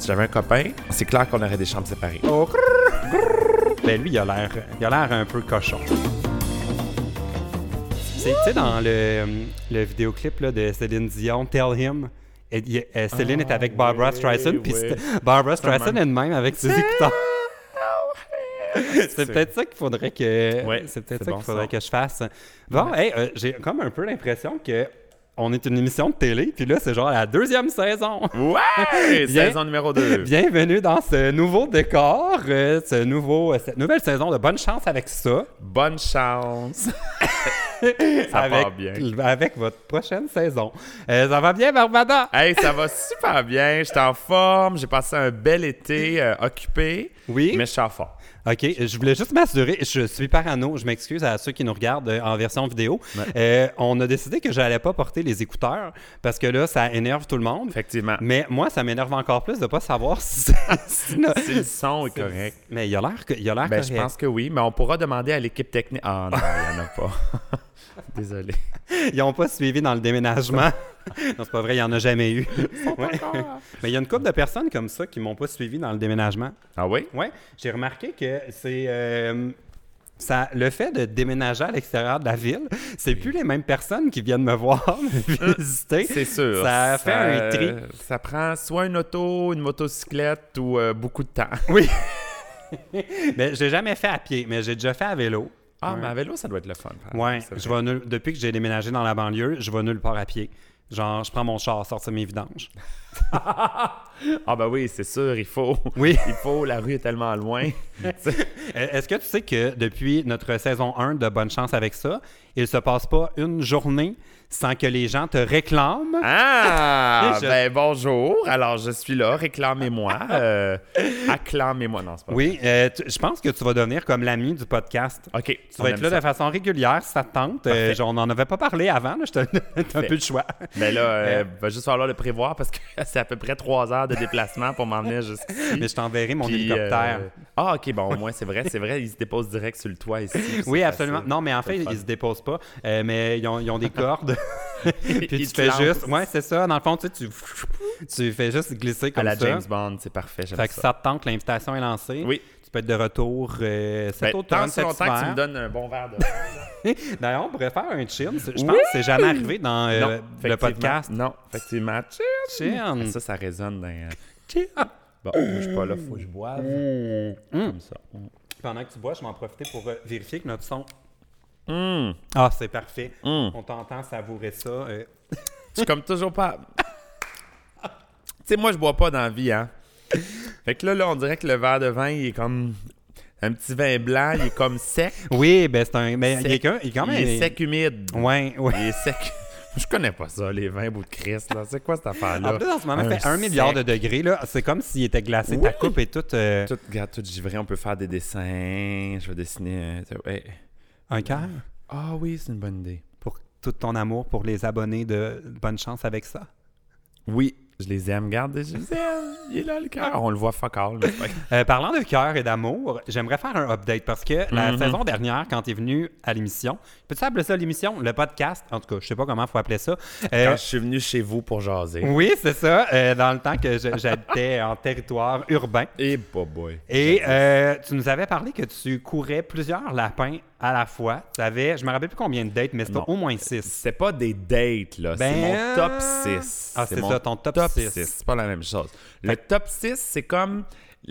j'avais un copain, c'est clair qu'on aurait des chambres séparées. Oh, ben lui, il a l'air un peu cochon. Tu sais, dans le vidéoclip là, de Céline Dion, Tell Him, Céline est avec Barbra Streisand, puis Barbra Streisand est de même avec ses écouteurs. C'est peut-être ça qu'il faudrait que que je fasse. Bon, j'ai comme un peu l'impression que on est une émission de télé, puis là, c'est genre la 2e saison. Ouais! Saison numéro 2. Bienvenue dans ce nouveau décor, cette nouvelle saison de Bonne Chance avec ça. Bonne chance! Ça va bien. Avec votre prochaine saison. Ça va bien, Barbada? Hey, ça va super bien. J'étais en forme. J'ai passé un bel été occupé. Oui. Mais je suis en forme. OK. Je voulais juste m'assurer. Je suis parano. Je m'excuse à ceux qui nous regardent en version vidéo. Ouais. On a décidé que je n'allais pas porter les écouteurs parce que là, ça énerve tout le monde. Effectivement. Mais moi, ça m'énerve encore plus de ne pas savoir si le son est correct. Mais il a l'air correct. Je pense que oui. Mais on pourra demander à l'équipe technique. Ah non, il n'y en a pas. Désolé. Ils n'ont pas suivi dans le déménagement. Non, c'est pas vrai, il n'y en a jamais eu. Ouais. Mais il y a une couple de personnes comme ça qui m'ont pas suivi dans le déménagement. Ah oui? Oui. J'ai remarqué que c'est... le fait de déménager à l'extérieur de la ville, c'est plus les mêmes personnes qui viennent me voir, me visiter. C'est sûr. Ça fait un tri. Ça prend soit une auto, une motocyclette ou beaucoup de temps. Oui. Mais je l'ai jamais fait à pied, mais j'ai déjà fait à vélo. Ah, mais à vélo, ça doit être le fun. Oui. Depuis que j'ai déménagé dans la banlieue, je vais nulle part à pied. Genre, je prends mon char, sortir mes vidanges. Ah ben oui, c'est sûr, il faut. Oui. Il faut, la rue est tellement loin. Est-ce que tu sais que depuis notre saison 1 de Bonne Chance avec ça, il se passe pas une journée sans que les gens te réclament? Ah! Ben bonjour, alors je suis là, réclamez-moi. Acclamez-moi, non, c'est pas oui, je pense que tu vas devenir comme l'ami du podcast. OK. Tu vas être là de façon régulière si ça te tente. On n'en avait pas parlé avant, là, je te donne un peu de choix. Ben là, va juste falloir le prévoir parce que c'est à peu près 3 heures de déplacement pour m'emmener jusqu'ici. Mais je t'enverrai mon hélicoptère. Ah, OK, bon, au moins, c'est vrai, il se dépose direct sur le toit ici. Oui, absolument. Non, mais en fait, ils se déposent pas, mais ils ont des cordes. Puis tu fais juste... Ouais, c'est ça. Dans le fond, tu fais juste glisser comme ça. À la James Bond, c'est parfait, j'aime ça. Fait que ça te tente, l'invitation est lancée. Oui. Tu peux être de retour cet automne, tant cet longtemps hiver. que tu me donnes un bon verre de vin. D'ailleurs, on pourrait faire un chin. Je pense que c'est jamais arrivé dans le podcast. Non, effectivement. Chin. Ça résonne dans... Chin. Bon, moi, je suis pas là, faut que je boive. Comme ça. Pendant que tu bois, je vais en profiter pour vérifier que notre son... Ah, c'est parfait. On t'entend savourer ça. Je suis comme toujours pas... Tu sais, moi, je bois pas dans la vie, hein. Fait que là, on dirait que le verre de vin, il est comme... Un petit vin blanc, il est comme sec. Oui, ben c'est un... Mais il est quand même... Il est sec humide. Oui. Il est sec... Je connais pas ça, les vins bout de Christ, là. C'est quoi cette affaire-là? En plus, en ce moment, il fait 1 milliard de degrés, là. C'est comme s'il était glacé. Oui. Ta coupe est toute... Regarde, tout givré. On peut faire des dessins. Je vais dessiner... Un cœur? Ah oui, c'est une bonne idée. Pour tout ton amour pour les abonnés de Bonne Chance avec ça? Oui, je les aime. Regarde, je les aime. Il est là, le cœur. On le voit fuck all. Parlant de cœur et d'amour, j'aimerais faire un update parce que la saison dernière, quand tu es venu à l'émission, peux-tu appeler ça l'émission? Le podcast? En tout cas, je sais pas comment il faut appeler ça. Quand je suis venu chez vous pour jaser. Oui, c'est ça. Dans le temps que j'habitais en territoire urbain. Et boy. Et tu nous avais parlé que tu courais plusieurs lapins à la fois. Tu avais, je me rappelle plus combien de dates, mais c'était au moins 6. C'est pas des dates, là. C'est mon top 6. Ah, c'est ça, ton top 6. C'est pas la même chose. Le top 6, c'est comme...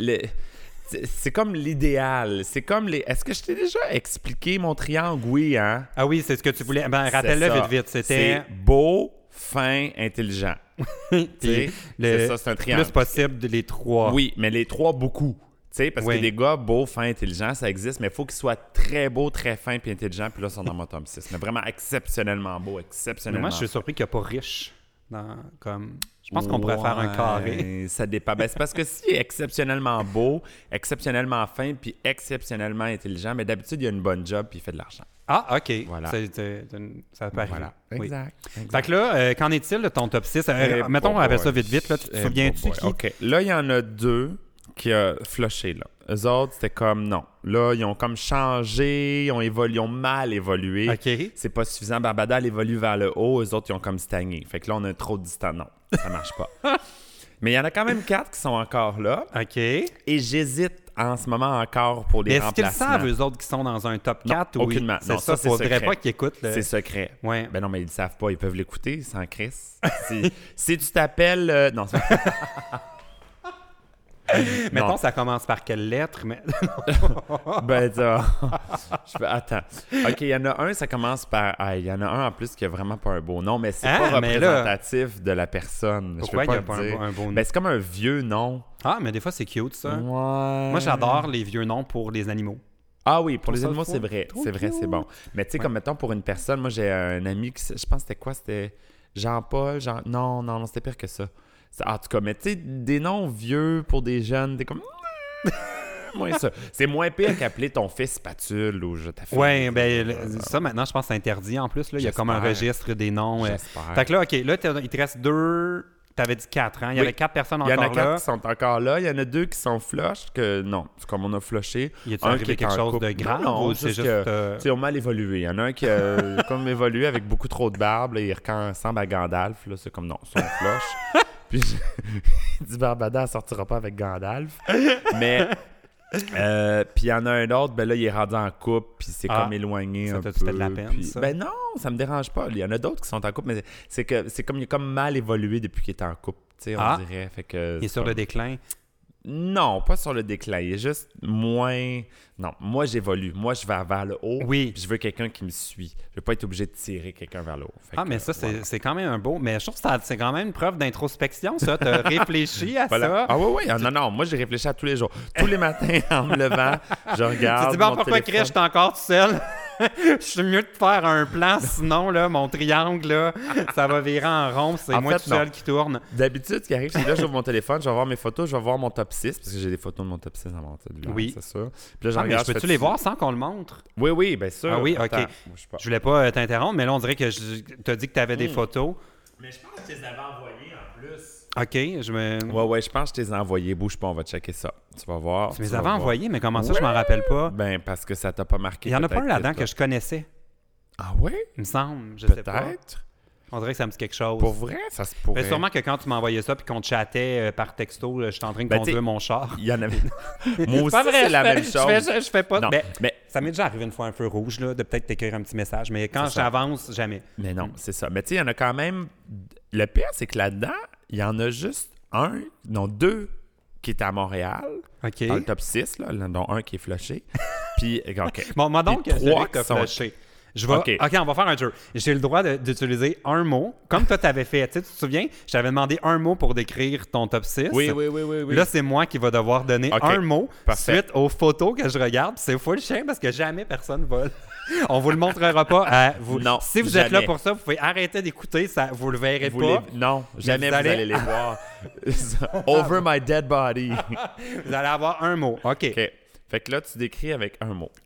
C'est comme l'idéal. C'est comme les... Est-ce que je t'ai déjà expliqué mon triangle? Oui, hein? Ah oui, c'est ce que tu voulais. Ben, rappelle-le vite. C'était... C'est beau, fin, intelligent. C'est ça, c'est un triangle. Plus possible les 3. Oui, mais les 3, beaucoup. Parce que des gars beaux, fins, intelligents, ça existe, mais il faut qu'ils soient très beaux, très fins puis intelligents. Puis là, ils sont dans mon top 6. Mais vraiment exceptionnellement beaux, exceptionnellement. Mais moi, je suis surpris qu'il n'y a pas riche. Je pense qu'on pourrait faire un carré. Ça dépend. Ben, c'est parce que s'il est exceptionnellement beau, exceptionnellement fin puis exceptionnellement intelligent, mais d'habitude, il a une bonne job puis il fait de l'argent. Ah, OK. Voilà. Ça peut arriver. Voilà. Exact. Fait que là, qu'en est-il de ton top 6? Mettons, on appelle ça vite. Là, tu te souviens-tu qui? OK. Là, il y en a 2 qui a flushé, là. Eux autres, c'était comme non. Là, ils ont comme changé, ils ont mal évolué. OK. C'est pas suffisant. Barbada, elle évolue vers le haut. Eux autres, ils ont comme stagné. Fait que là, on a trop de distance. Non, ça marche pas. Mais il y en a quand même 4 qui sont encore là. OK. Et j'hésite en ce moment encore pour les Mais est-ce qu'ils remplacements. savent, eux autres, qui sont dans un top 4? Non, aucunement. C'est Non, ça, c'est faudrait secret. pas qu'ils écoutent. C'est secret. Ouais. Ben non, mais ils le savent pas. Ils peuvent l'écouter sans Chris. Si tu t'appelles... non, c'est Mettons, non. ça commence par quelle lettre? Mais... Ben, attends. OK, il y en a un, ça commence par... Il y en a un en plus qui a vraiment pas un beau nom, mais c'est pas mais là- représentatif de la personne. Pourquoi je peux il y a pas pas le dire. un beau nom? Ben, c'est comme un vieux nom. Ah, mais des fois, c'est cute, ça. Ouais. Moi, j'adore les vieux noms pour les animaux. Ah oui, pour Je les trouve animaux, ça c'est vrai. trop C'est vrai, cute. c'est bon. Mais tu sais, comme mettons pour une personne, moi j'ai un ami qui, je pense c'était quoi? C'était Jean-Paul, Non, c'était pire que ça. En tout cas, mais tu sais, des noms vieux pour des jeunes, t'es comme... moins ça. C'est moins pire qu'appeler ton fils Spatule ou ta fille. Ouais, ben ça maintenant, je pense que c'est interdit en plus. Là. Il y a comme un J'espère. registre des noms. J'espère. Fait que là, OK, là, il te reste 2... T'avais dit 4, hein? Il y avait 4 personnes Il y en a encore 4 là. qui sont encore là. Il y en a 2 qui sont flush, que non, c'est comme on a flushé. Y a-tu Un arrivé qui est quelque en chose couple. de grave Non, ou c'est juste... que, tu sais, on mal évolué. Il y en a un qui a comme évolué avec beaucoup trop de barbe. Là, il ressemble à Gandalf. Là, c'est comme non, c'est un flush. Puis il dit Barbada, elle sortira pas avec Gandalf. Mais... puis il y en a un autre, ben là, il est rendu en couple, puis c'est comme éloigné ça un t'a-tu peu. fait de la peine, puis- ça? Ben non, ça me dérange pas. Il y en a d'autres qui sont en couple, mais c'est comme il a comme mal évolué depuis qu'il est en couple, tu sais, on dirait. Fait que Il est sur le déclin. Non, pas sur le déclin. Il est juste moins... Non, moi, j'évolue. Moi, je vais vers le haut. Oui. Puis je veux quelqu'un qui me suit. Je veux pas être obligé de tirer quelqu'un vers le haut. Fait que, Mais ça, voilà. c'est quand même un beau... Mais je trouve que c'est quand même une preuve d'introspection, ça. T'as réfléchi à Voilà. ça. Ah oui, oui. Non, moi, j'ai réfléchi à tous les jours. Tous les matins, en me levant, je regarde Tu te dis, bon, mon pourquoi téléphone. Chris, je suis encore tout seul? Je suis mieux de faire un plan, sinon, là, mon triangle, là, ça va virer en rond. C'est En moi fait, tout seul non. qui tourne. D'habitude, ce qui arrive, c'est que là, j'ouvre mon téléphone, je vais voir mes photos, je vais voir mon top 6, parce que j'ai des photos de mon top 6 dans mon cellulaire, Oui. c'est sûr. Puis là, je Ah, mais regarde, je peux-tu fais-tu- les voir sans qu'on le montre? Oui, bien sûr. Ah oui, OK. Attends, bouge pas. Je voulais pas t'interrompre, mais là, on dirait que t'as dit que t'avais des photos. Mais je pense que je les avais envoyées en plus. OK, je me... Ouais, je pense que je t'ai envoyé. Bouge pas, on va checker ça. Tu vas voir. Tu me les vas avais voir. envoyés, mais comment ça, Ouais. je m'en rappelle pas? Ben, parce que ça t'a pas marqué. Il y en a pas un peut-être là-dedans t'as- que je connaissais, Ah ouais? il me semble. Je sais pas. Peut-être. On dirait que ça me dit quelque chose. Pour vrai, ça se pourrait. Mais sûrement que quand tu m'envoyais ça puis qu'on chattait par texto, je suis en train de Ben, conduire t'sais, mon char. Il y en avait. Moi aussi, Pas vrai, c'est la je fais- même chose. Je fais pas. Non, mais ça m'est déjà arrivé une fois un feu rouge, là, de peut-être t'écrire un petit message, mais quand C'est ça. j'avance, jamais. non, c'est ça. Mais tu sais, il y en a quand même. Le pire, c'est que là-dedans, il y en a juste deux qui étaient à Montréal, OK. dans le top 6, là, dont un qui est flushé. Puis, OK. Bon, moi donc, Puis celui trois que t'as qui sont- flashé. Je vais... OK. OK, on va faire un jeu. J'ai le droit d'utiliser un mot, comme toi t'avais fait. Tu sais, tu te souviens, je t'avais demandé un mot pour décrire ton top 6. Oui. Là, c'est moi qui va devoir donner OK. un mot Parfait. suite aux photos que je regarde. C'est full chien parce que jamais personne va... On vous le montrera pas à vous. Non, Si vous êtes là jamais. pour ça, vous pouvez arrêter d'écouter, ça, vous le verrez Vous pas. non, jamais vous vous allez- allez les voir. Over my dead body. Vous allez avoir un mot. OK. OK. Fait que là, tu décris avec un mot.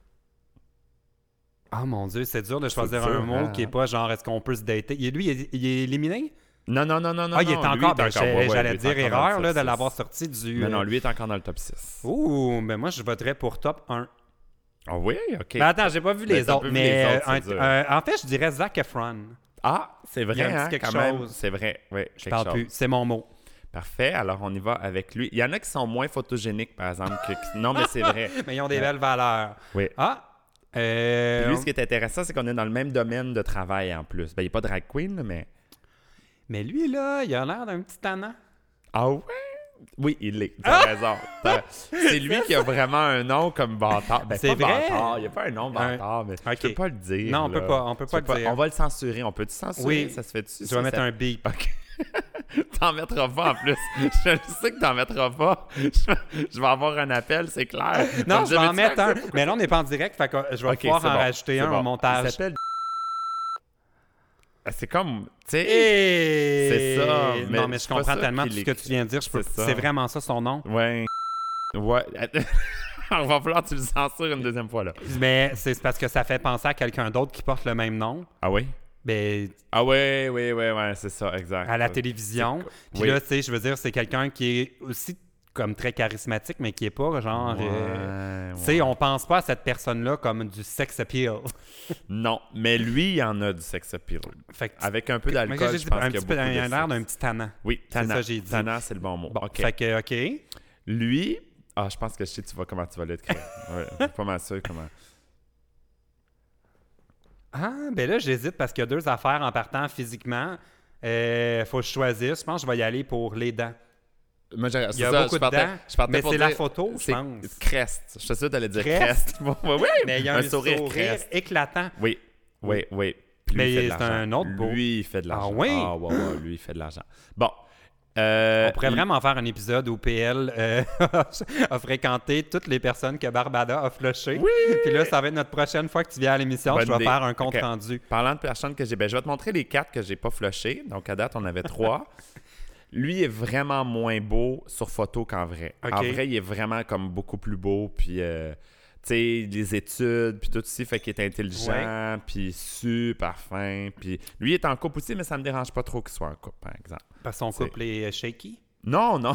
Oh mon Dieu, c'est dur de choisir dur, un mot hein? qui est pas genre est-ce qu'on peut se dater. Lui, il est éliminé? Non. Ah, il est non, lui, encore. Ben, ouais, j'allais lui, il est dire encore dans erreur le là, top de 6. l'avoir sorti du. Non, lui est encore dans le top 6. Ouh, ben moi, je voterais pour top 1. Ah oui? OK. Ben attends, j'ai pas vu Ben, les t'as autres, pas vu mais les autres, c'est dur. en fait, je dirais Zac Efron. Ah, c'est vrai, Il y a un petit hein, quelque quand même. chose. C'est vrai, oui. Je parle plus, c'est mon mot. Parfait, alors on y va avec lui. Il y en a qui sont moins photogéniques, par exemple. Non, mais c'est vrai. Mais ils ont des belles valeurs. Oui. Ah! Puis lui, ce qui est intéressant, c'est qu'on est dans le même domaine de travail en plus. Ben, il n'est pas drag queen, là, mais... Mais lui, là, il a l'air d'un petit tannant. Ah ouais? Oui, il l'est. Tu as raison. C'est lui qui a vraiment un nom comme bâtard. Ben, C'est pas vrai? bâtard. Il n'y a pas un nom bâtard, mais OK. je peux pas le dire. Non, on peut là. pas, on peut pas Tu peux le dire. On va le censurer. On peut le censurer? Oui. Ça se fait-tu? Je vais mettre un beep. OK. T'en mettras pas en plus. Je sais que t'en mettras pas. Je vais avoir un appel, c'est clair. Non, Comme je vais en veux-tu mettre faire un. ça? Mais là, on n'est pas en direct, fait que je vais OK, pouvoir c'est en bon, rajouter c'est un bon. au montage. Il s'appelle... C'est comme... Tu sais... Et... C'est ça, mais non, mais je c'est pas comprends ça tellement qu'il tout ce que tu viens de dire. C'est ça. C'est vraiment ça son nom. Ouais. Ouais. Il va falloir que tu le censures une deuxième fois, là. Mais c'est parce que ça fait penser à quelqu'un d'autre qui porte le même nom. Ah oui? Ben, Ah ouais, c'est ça, exact. à la télévision. C'est- Puis oui. là, tu sais, je veux dire, c'est quelqu'un qui est aussi comme très charismatique, mais qui est pas genre... Ouais, tu sais, on pense pas à cette personne-là comme du sex appeal. Non, mais lui, il en a du sex appeal. Fait que Avec un peu mais d'alcool, je pense qu'il y a beaucoup il a de l'air d'un sexe. petit tannant. Oui, tannant. C'est ça, j'ai dit. Tannant, c'est le bon mot. Bon, OK. fait que, OK. Lui... Ah, je pense que je sais comment tu vas l'écrire. Ouais, je suis pas mal sûr comment... Ah, ben là, j'hésite parce qu'il y a 2 affaires en partant physiquement. Faut que je choisisse. Je pense que je vais y aller pour les dents. Moi, Il y a beaucoup de dents, mais pour c'est la dire- photo, je c'est pense. crest. Je suis sûr que tu allais dire Crest? crest. Oui, Mais il y a un sourire crest. éclatant. Oui, oui, oui. Puis lui, Mais il fait de c'est l'argent. un autre beau. Lui, il fait de l'argent. Ah oui? Ah, ouais, lui, il fait de l'argent. Bon. On pourrait vraiment faire un épisode où PL a fréquenté toutes les personnes que Barbada a flushées. Oui! Puis là, ça va être notre prochaine fois que tu viens à l'émission. Bonne Je vais idée. faire un compte Ok. rendu. Parlant de personnes que j'ai... Ben, je vais te montrer les 4 que j'ai pas flushés. Donc, à date, on avait 3. Lui est vraiment moins beau sur photo qu'en vrai. Ok. En vrai, il est vraiment comme beaucoup plus beau. Puis, tu sais, les études, puis tout ça, fait qu'il est intelligent, puis super fin. Puis lui, il est en couple aussi, mais ça me dérange pas trop qu'il soit en couple, par exemple. Parce que son couple est shaky. Non, non.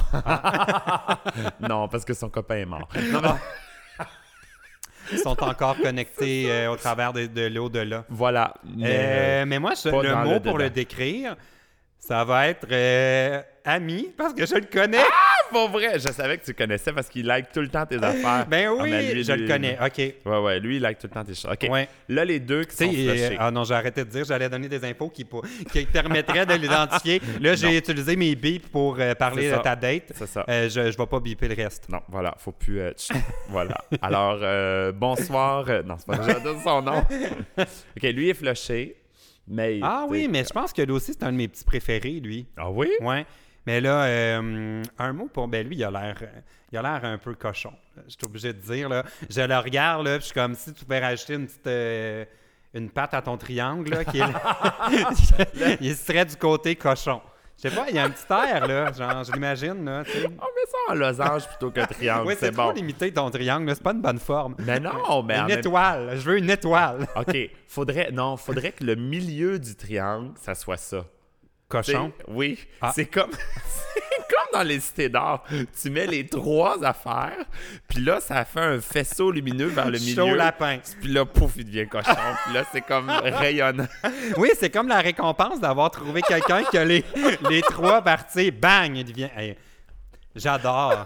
Non, parce que son copain est mort. Non, mais- Ils sont encore connectés au travers de l'au-delà. Voilà. Mais moi, pas le dans mot le pour le dedans. décrire, ça va être ami, parce que je le connais. Pour vrai, je savais que tu connaissais parce qu'il like tout le temps tes affaires. Ben oui, mais lui, je le connais. OK. Ouais, lui, il like tout le temps tes choses. OK. Ouais. Là, les deux qui Tu sont sais, flushés. ah non, j'ai arrêté de dire, j'allais donner des infos qui permettraient de l'identifier. Là, j'ai utilisé mes bips pour parler C'est de ça. ta date. C'est ça. Je vais pas biper le reste. Non, voilà, faut plus... voilà. Alors, bonsoir... non, c'est pas déjà donné son nom. OK, lui est flushé, mais... Ah oui, mais je pense que lui aussi, c'est un de mes petits préférés, lui. Ah oui? Ouais. Mais là, un mot pour... Ben lui, il a l'air un peu cochon. Je suis obligé de dire, là. Je le regarde, là, puis je suis comme si tu pouvais rajouter une petite... une patte à ton triangle, là, qui est... il serait du côté cochon. Je sais pas, il y a un petit air, là. Genre, je l'imagine, là, tu sais. On met ça en losange plutôt qu'un triangle, Oui, c'est c'est trop bon. limité ton triangle, là. C'est pas une bonne forme. Mais non, mais... en Une même- étoile. Je veux une étoile. OK, faudrait que le milieu du triangle, ça soit ça. Cochon. T'sais, oui, Ah. c'est comme dans les cités d'art. Tu mets les 3 affaires, puis là, ça fait un faisceau lumineux vers le milieu. Chaud lapin. Puis là, pouf, il devient cochon. Puis là, c'est comme rayonnant. Oui, c'est comme la récompense d'avoir trouvé quelqu'un qui a les 3 parties. Bang! Il devient... Hey, j'adore.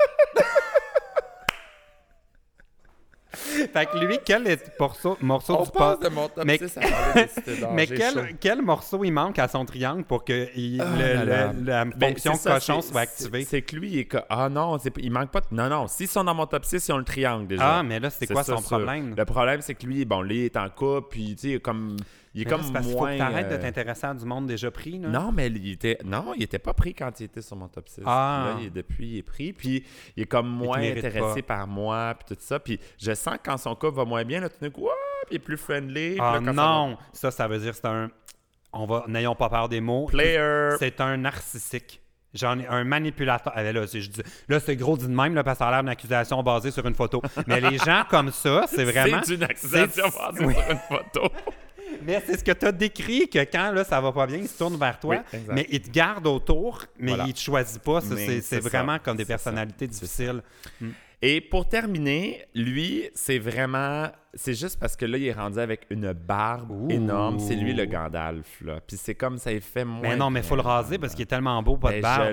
Fait que lui, quel est morceau On du passe pas... de mon top Mais- 6 à parler des cités d'art. Mais J'ai chaud. quel morceau il manque à son triangle pour que là là. la Ben, fonction c'est ça, cochon c'est- soit activée? C'est que lui, il est... Ah non, il manque pas... Non, s'ils sont dans mon top 6, ils ont le triangle déjà. Ah, mais là, c'est quoi ça, son sûr. problème? Le problème, c'est que lui, bon, lui, il est en couple, puis tu sais, il est Mais là, comme c'est parce qu'il faut moins... que t'arrêtes de t'intéresser à du monde déjà pris, là. Non, mais il était pas pris quand il était sur mon top 6. Ah. Là, depuis, il est pris, puis il est comme moins mérite intéressé pas. par moi, puis tout ça. Puis je sens que quand son couple va moins bien, là, tout d'un coup, puis il est plus friendly. puis Ah là, quand ça non! Ça veut dire que c'est un... N'ayons pas peur des mots. va- Player. C'est un narcissique. J'en ai un manipulateur. Ah, ben là, c'est gros dit de même, là, parce que ça a l'air d'une accusation basée sur une photo. Mais les gens comme ça, c'est vraiment... C'est une accusation basée Oui. sur une photo. Mais c'est ce que tu as décrit, que quand là, ça va pas bien, il se tourne vers toi, Oui, exact. mais il te garde autour, mais Voilà. il te choisit pas. Ça, Mais c'est c'est vraiment ça. comme des C'est ça. personnalités C'est difficiles. Et pour terminer, lui, c'est vraiment... C'est juste parce que là, il est rendu avec une barbe Ouh. énorme. C'est lui le Gandalf, là. Puis c'est comme ça, il fait moins... Mais non, mais faut le raser parce qu'il est tellement beau, pas de Ben, barbe.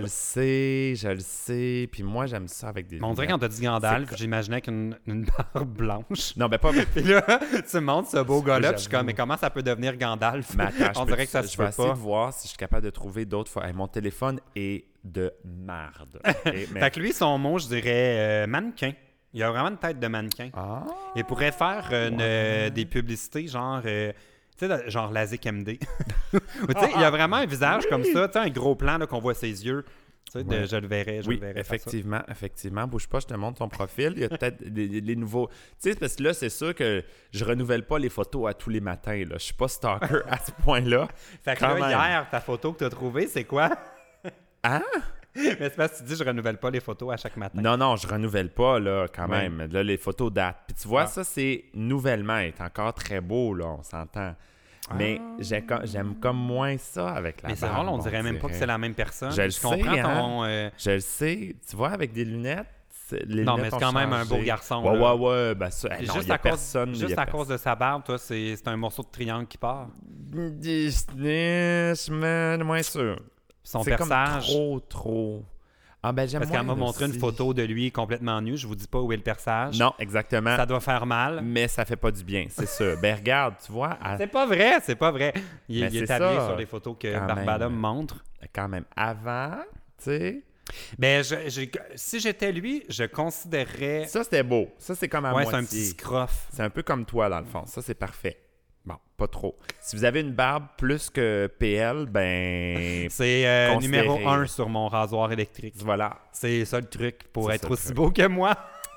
je le sais. Puis moi, j'aime ça avec des... Mais on dirait quand t'as dit Gandalf, j'imaginais qu'une barbe blanche. Non, ben pas... Puis là, tu montres ce beau gars-là, puis je suis J'avoue. comme, mais comment ça peut devenir Gandalf? Mais attends, On dirait que ça se je vais fait essayer pas. de voir si je suis capable de trouver d'autres fois. Hey, mon téléphone est de marde. Fait que lui, son mot, je dirais mannequin. Il a vraiment une tête de mannequin. Ah! Il pourrait faire des publicités genre, tu sais, genre Lazic MD. Tu sais, il a vraiment un visage comme ça, tu sais, un gros plan là, qu'on voit ses yeux. Tu sais, Ouais. je le verrais, Oui, faire ça. effectivement. Bouge pas, je te montre ton profil. Il y a peut-être les nouveaux... Tu sais, parce que là, c'est sûr que je renouvelle pas les photos à tous les matins. Là. Je suis pas stalker à ce point-là. Fait que Quand là, même. hier, ta photo que tu as trouvée, c'est quoi? Hein? Mais c'est parce que tu dis je renouvelle pas les photos à chaque matin. Non, je renouvelle pas, là, quand Ouais. même. Là, les photos datent. Puis tu vois, Ah. ça, c'est nouvellement. Il est encore très beau, là, on s'entend. Mais j'aime comme moins ça avec la Mais c'est barbe. drôle, on dirait même pas que c'est la même personne. Je comprends sais, ton... Je le sais. Tu vois, avec des lunettes, les Non, lunettes mais c'est ont quand même un changé. beau garçon. Ouais, là. ouais. Ben ça, non, Juste y a à cause, personne. juste y a à cause de sa barbe, toi, c'est un morceau de triangle qui part. Disney, mais moins sûr. Son C'est personnage... comme trop... Ah ben j'aime Parce qu'elle m'a moins montré une aussi. photo de lui complètement nu. Je vous dis pas où est le personnage. Non, exactement. Ça doit faire mal. Mais ça fait pas du bien, c'est sûr. Ben regarde, tu vois, C'est pas vrai, c'est pas vrai. Il Mais est c'est habillé ça, sur les photos que quand Barbada même. me montre. quand même avant, tu sais, Mais si j'étais lui, je considérerais... ça c'était beau. Ça c'est comme à Ouais, moitié. c'est un petit scroff. C'est un peu comme toi dans le fond. Ça c'est parfait. Bon, pas trop. Si vous avez une barbe plus que PL, ben C'est considéré. numéro 1 sur mon rasoir électrique. voilà. C'est ça le truc pour C'est être ça le aussi truc. beau que moi.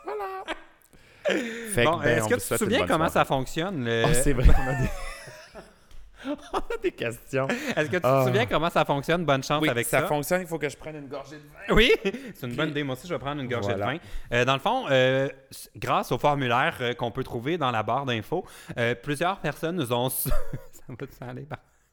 Fait Bon, que, ben, est-ce on que vous tu te souhaite une souviens bonne comment ça soirée. fonctionne? Oh, c'est vrai qu'on a des... on a des questions. Est-ce que tu te Ah. souviens comment ça fonctionne? Bonne chance Oui, avec ça ça. fonctionne. Il faut que je prenne une gorgée de vin. Oui, c'est une bonne idée. Moi aussi, je vais prendre une gorgée Voilà. de vin. Dans le fond, grâce au formulaire qu'on peut trouver dans la barre d'infos, plusieurs personnes nous ont... ça va-tu aller?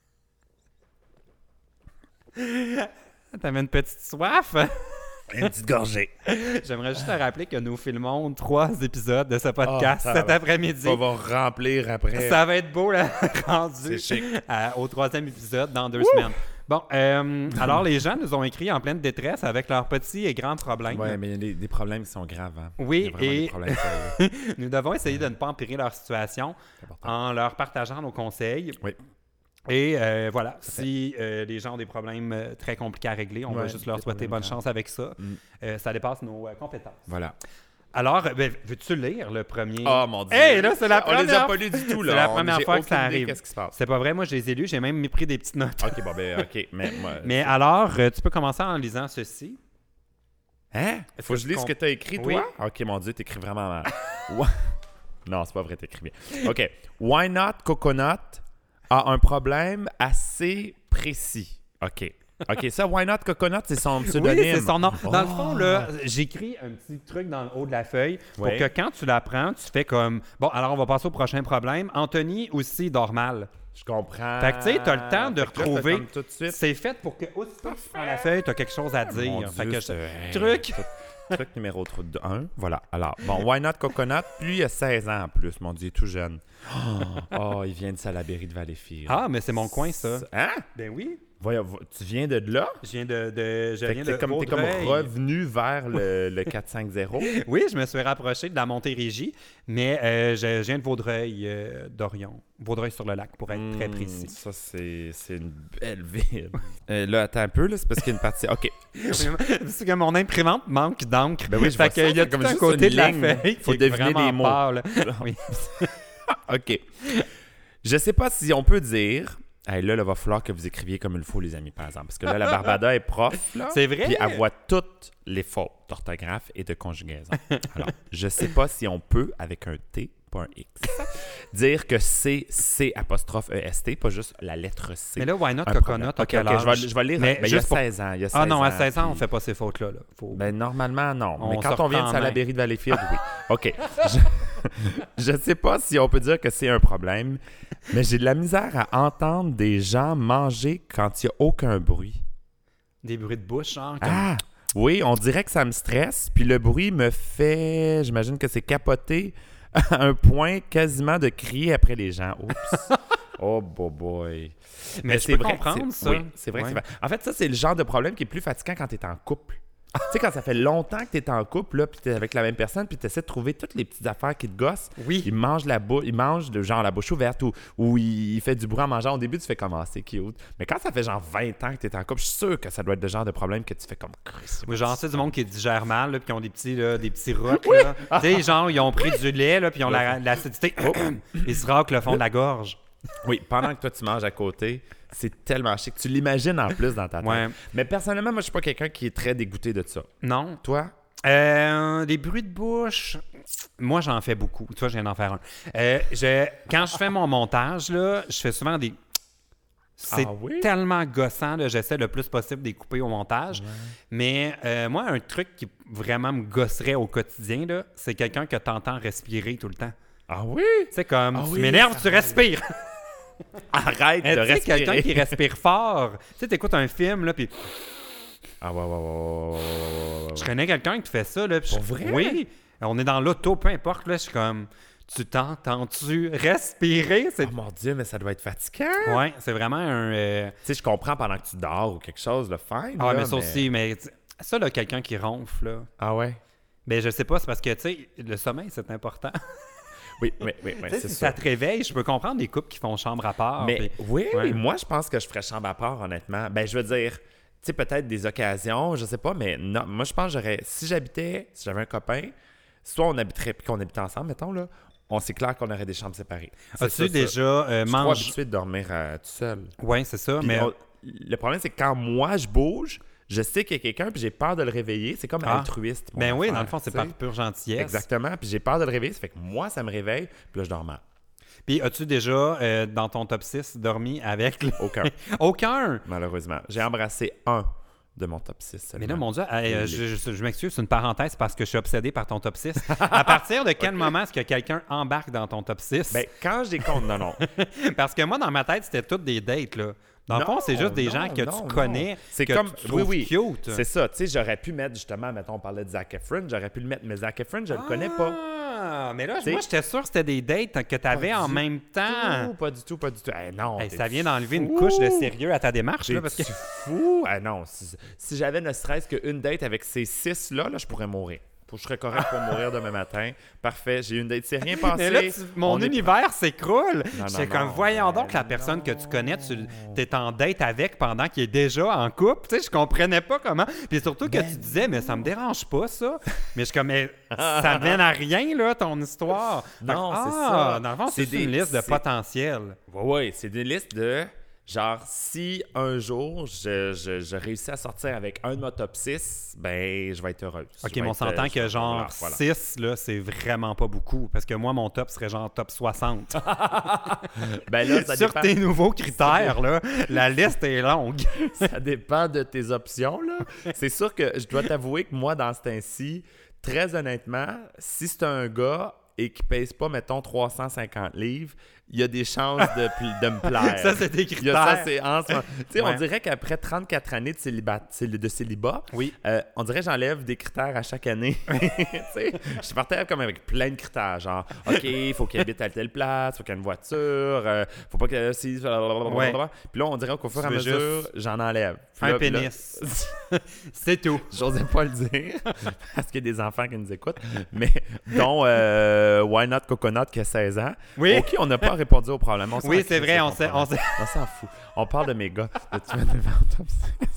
T'avais une petite soif? Une petite gorgée. J'aimerais juste te rappeler que nous filmons 3 épisodes de ce podcast ça cet va. après-midi. On va remplir après. Ça va être beau, là, rendu C'est chic. au 3e épisode dans 2 semaines. Bon, alors les gens nous ont écrit en pleine détresse avec leurs petits et grands problèmes. Oui, mais il y a des problèmes qui sont graves. Hein. Oui, Il y a vraiment et- des problèmes sérieux. Nous devons essayer de ne pas empirer leur situation C'est important. en leur partageant nos conseils. Oui. Et voilà, si les gens ont des problèmes très compliqués à régler, on va Ouais, juste leur des souhaiter problèmes bonne graves. chance avec ça. Mm. Ça dépasse nos compétences. Voilà. Alors, veux-tu lire le premier? Oh mon Dieu. Hey, là, c'est la On les a première- pas lus du tout, là. C'est la première J'ai fois que aucune ça idée arrive. Qu'est-ce qui se passe? C'est pas vrai, moi je les ai lus, j'ai même pris des petites notes. OK, bon, ben, OK. Mais moi... Mais alors, tu peux commencer en lisant ceci. Hein? Est-ce Faut que que je tu lise ce que t'as écrit, Oui. toi? OK, mon Dieu, t'écris vraiment mal. Non, c'est pas vrai, t'écris bien. OK. Why Not Coconut a un problème assez précis. OK. OK, ça, Why Not Coconut, c'est son pseudonyme. Oui, c'est son nom. Dans le Oh. fond, là, j'écris un petit truc dans le haut de la feuille pour Ouais. que quand tu la prends, tu fais comme... Bon, alors on va passer au prochain problème. Anthony aussi dort mal. Je comprends. Fait que, tu sais, t'as le temps de Fait que là, retrouver- t'as comme tout de suite. C'est fait pour que aussitôt que tu prends la feuille, tu as quelque chose à dire. Mon Fait Dieu, que c'est- truc. Truc numéro 1. Voilà. Alors, bon, Why Not Coconut, lui, il a 16 ans en plus. Mon Dieu, il est tout jeune. Oh, il vient de Salaberry de Valleyfield. Ah, mais c'est mon coin, ça. Hein? Ben oui. Voyons, tu viens de là? Je viens de je Fait viens que de t'es comme Vaudreuil. revenu vers le 450. Oui, je me suis rapproché de la Montérégie, mais je viens de Vaudreuil, d'Orion. Vaudreuil-sur-le-Lac, pour être très précis. Ça, c'est une belle ville. Là, attends un peu, là, c'est parce qu'il y a une partie... OK. C'est que mon imprimante manque d'encre. Ben oui, je fait vois qu'il ça, y a c'est comme tout un juste côté une de la ligne. feuille Faut qui est deviner vraiment les mots. pâle. Oui. OK. Je sais pas si on peut dire... Hey, là, il va falloir que vous écriviez comme il faut, les amis, par exemple. Parce que là, la Barbada est prof, là. C'est vrai? Puis elle voit toutes les fautes d'orthographe et de conjugaison. Alors, je sais pas si on peut, avec un T, pas un X, dire que c'est C''EST, pas juste la lettre C. Mais là, why not Un coconut? problème. à OK, quel OK, âge? je vais lire. Mais Ben, il y a juste pour- 16 ans. Il y a 16 Ah non, à ans, 16 ans, on puis- fait pas ces fautes-là. Là. Faut... Ben, normalement, non. On Mais se quand on vient de reprend en main. Salaberry de Valleyfield, oui. OK. Je sais pas si on peut dire que c'est un problème, mais j'ai de la misère à entendre des gens manger quand il n'y a aucun bruit. Des bruits de bouche, genre. Comme... Ah! Oui, on dirait que ça me stresse, puis le bruit me fait, j'imagine que c'est capoter à un point quasiment de crier après les gens. Oups! Oh, boy. Mais je c'est peux vrai, comprendre ça. Oui, c'est vrai que Ouais. c'est vrai. En fait, ça, c'est le genre de problème qui est plus fatigant quand tu es en couple. Tu sais, quand ça fait longtemps que tu es en couple, là, puis tu es avec la même personne, puis tu essaies de trouver toutes les petites affaires qui te gossent. Oui. Il mange la bouche ouverte ou il fait du bruit en mangeant. Au début, tu fais comme c'est cute. Mais quand ça fait genre 20 ans que tu es en couple, je suis sûr que ça doit être le genre de problème que tu fais comme Oui, genre, c'est du monde qui digère mal, là, puis qui ont des petits rocs, là. Tu sais, genre, ils ont pris du lait, là, puis ils ont l'acidité. Ils se raclent le fond de la gorge. Oui, pendant que toi, tu manges à côté, c'est tellement chic. Tu l'imagines en plus dans ta tête. Ouais. Mais personnellement, moi, je suis pas quelqu'un qui est très dégoûté de ça. Non. Toi? Des bruits de bouche, moi, j'en fais beaucoup. Tu vois, je viens d'en faire un. Quand je fais mon montage, là, je fais souvent des... C'est Ah oui? tellement gossant, là, j'essaie le plus possible de les couper au montage. Mais moi, un truc qui vraiment me gosserait au quotidien, là, c'est quelqu'un que tu entends respirer tout le temps. Ah oui? C'est comme, Ah tu oui, m'énerves, ça tu arrive. respires. Arrête de Tu sais, quelqu'un respirer. qui respire fort. Tu sais, t'écoutes un film, là, puis Ah ouais. je connais quelqu'un qui fait ça, là. Puis Pour vrai? Oui. On est dans l'auto, peu importe, là. Je suis comme, tu t'entends-tu respirer? Oh mon Dieu, mais ça doit être fatigant. Ouais, c'est vraiment un... Tu sais, je comprends pendant que tu dors ou quelque chose, le fine. Ah, là, mais ça aussi, mais ça, là, quelqu'un qui ronfle, là. Ah ouais? Ben, je sais pas, c'est parce que, tu sais, le sommeil, c'est important. Oui, Tu sais, c'est si ça. ça te réveille, je peux comprendre les couples qui font chambre à part. Mais puis- oui, Ouais. moi, je pense que je ferais chambre à part, honnêtement. Ben, je veux dire, tu sais, peut-être des occasions, je sais pas, mais non, moi, je pense que si j'avais un copain, soit on habiterait, puis qu'on habitait ensemble, mettons, là, c'est clair qu'on aurait des chambres séparées. C'est As-tu ça. déjà Je suis trop mange... habitué de dormir tout seul. Ouais, c'est ça, Puis mais... le problème, c'est que quand moi, je bouge, je sais qu'il y a quelqu'un, puis j'ai peur de le réveiller. C'est comme Ah. altruiste. mon Ben oui, affaire, dans le fond, c'est tu par sais. pure gentillesse. Exactement. Puis j'ai peur de le réveiller. Ça fait que moi, ça me réveille. Puis là, je dors mal. Puis as-tu déjà, dans ton top 6, dormi avec... Aucun, Aucun! malheureusement. J'ai embrassé un de mon top 6 Mais seulement. là, mon Dieu, je m'excuse, c'est une parenthèse parce que je suis obsédé par ton top 6. À partir de quel moment est-ce que quelqu'un embarque dans ton top 6? Ben, quand je décompte, non. Parce que moi, dans ma tête, c'était toutes des dates, là. Dans le fond, c'est juste des gens que tu connais, C'est que comme, tu trouves cute. C'est ça. Tu sais, j'aurais pu mettre, justement, mettons, on parlait de Zac Efron, j'aurais pu le mettre, mais Zac Efron, je le connais pas. Ah, mais là, T'sais, moi, j'étais sûr que c'était des dates que tu avais en même temps. Pas du tout. Non. Hey, t'es ça vient d'enlever fou. une couche de sérieux à ta démarche, là, parce que... T'es fou? Ah non, si j'avais ne serait-ce qu'une date avec ces 6-là, je pourrais mourir. Je serais correct pour mourir demain matin. Parfait, j'ai eu une date, c'est rien passé. Mais là, mon On est- univers s'écroule. Non, C'est non, comme, non, voyons donc ben la personne que tu connais, tu non. es en date avec pendant qu'il est déjà en couple. Tu sais, je comprenais pas comment. Puis surtout que tu disais, mais ça me dérange pas, ça. Mais je suis comme, mais ça mène à rien, là, ton histoire. Non, Fait que, c'est ça. Dans le fond, c'est C'est une liste de c'est- potentiel. Oui, c'est des listes de... Genre, si un jour, je réussis à sortir avec un de mes top 6, ben, je vais être heureuse. OK, Je vais mais on être, s'entend je vais que être genre populaire, voilà. 6, là, c'est vraiment pas beaucoup. Parce que moi, mon top serait genre top 60. Ben là, ça Sur dépend, tes nouveaux critères, là, la liste est longue. ça dépend de tes options, là. C'est sûr que je dois t'avouer que moi, dans ce temps-ci, très honnêtement, si c'est un gars et qui pèse pas, mettons, 350 livres, il y a des chances de me plaire. Ça, c'est tes Il y a ça, critères. c'est en ce moment. Tu sais, Ouais. on dirait qu'après 34 années de célibat, Oui. on dirait que j'enlève des critères à chaque année. Tu sais, je partais comme avec plein de critères, genre, OK, il faut qu'il habite à telle place, il faut qu'il y ait une voiture, faut pas qu'il si Ouais. Puis là, on dirait qu'au fur et à Tu veux mesure, j'en enlève. Puis Un là- puis là, pénis. C'est tout. J'osais pas le dire parce qu'il y a des enfants qui nous écoutent, mais dont Why Not Coconut qui a 16 ans. Oui. OK, on n'a pas répondu au problème. On s'en Oui, fout, c'est vrai, ton on s'est- problème. On s'en fout. On parle de mes gars. Tu vas devenir en top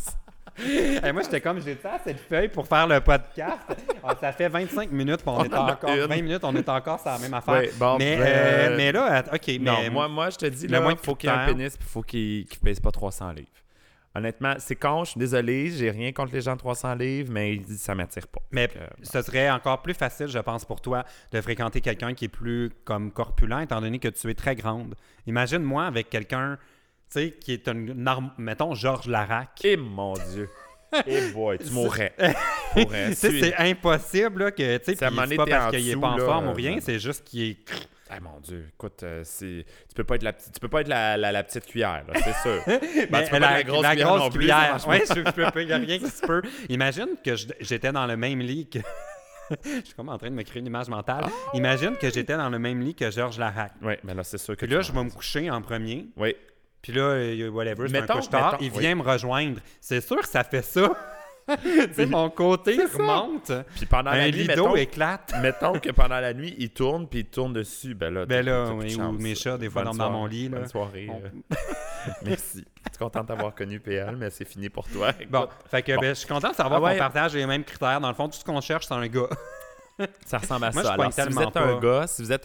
6. Hey, moi, j'étais comme, j'ai ça, cette feuille pour faire le podcast. Ah, ça fait 25 minutes, puis on est en a encore... une. 20 minutes, on est encore sur la même affaire. Ouais, bon, mais là, OK, mais... Non, moi, je te dis, le là, moins il faut qu'il y ait un critère. pénis puis il faut qu'il pèse pas 300 livres. Honnêtement, c'est con, je suis désolé, j'ai rien contre les gens de 300 livres, mais ça m'attire pas. Mais Fait que, ce serait encore plus facile, je pense, pour toi de fréquenter quelqu'un qui est plus comme corpulent, étant donné que tu es très grande. Imagine-moi avec quelqu'un, tu sais, qui est mettons, Georges Larac. Eh mon Dieu! Eh boy, tu mourrais. Pour vrai. Tu sais, Tu- c'est impossible, là, que, tu sais, Si à un puis moment c'est donné, pas t'es parce en qu'il est dessous, pas en là, forme ou rien, non. c'est juste qu'il est... Ah mon Dieu, écoute, tu peux pas être la petite, tu peux pas être la petite cuillère, là, c'est sûr. Ben, Mais tu peux pas être la grosse cuillère non plus, ça cuillère. marche Oui, je peux pas, il n'y a rien qui se peut. Imagine que j'étais dans le même lit que... je suis comme en train de me créer une image mentale. Imagine que j'étais dans le même lit que Georges Larac. Oui, mais là, c'est sûr que Puis là, je vais me coucher en premier. Oui. Puis là, whatever, c'est un Mettons- couche-tard. mettons, Il oui. vient me rejoindre. C'est sûr que ça fait ça. Tu sais, mon côté C'est ça. remonte. Puis pendant Un la nuit, lido éclate. mettons que pendant la nuit, il tourne puis il tourne dessus. Ben là, Ben là, t'as plus de oui, chance. ou mes chats, des fois, Bonne dorment dans soirée. mon lit, là. Bonne soirée. On- Merci. Je suis content d'avoir connu PL, mais c'est fini pour toi. Bon, Écoute, fait que Bon. ben, je suis content de savoir Ah ouais. qu'on partage les mêmes critères. Dans le fond, tout ce qu'on cherche, c'est un gars. ça ressemble à Moi, ça. je Alors, pointe si vous tellement êtes un pas. gars,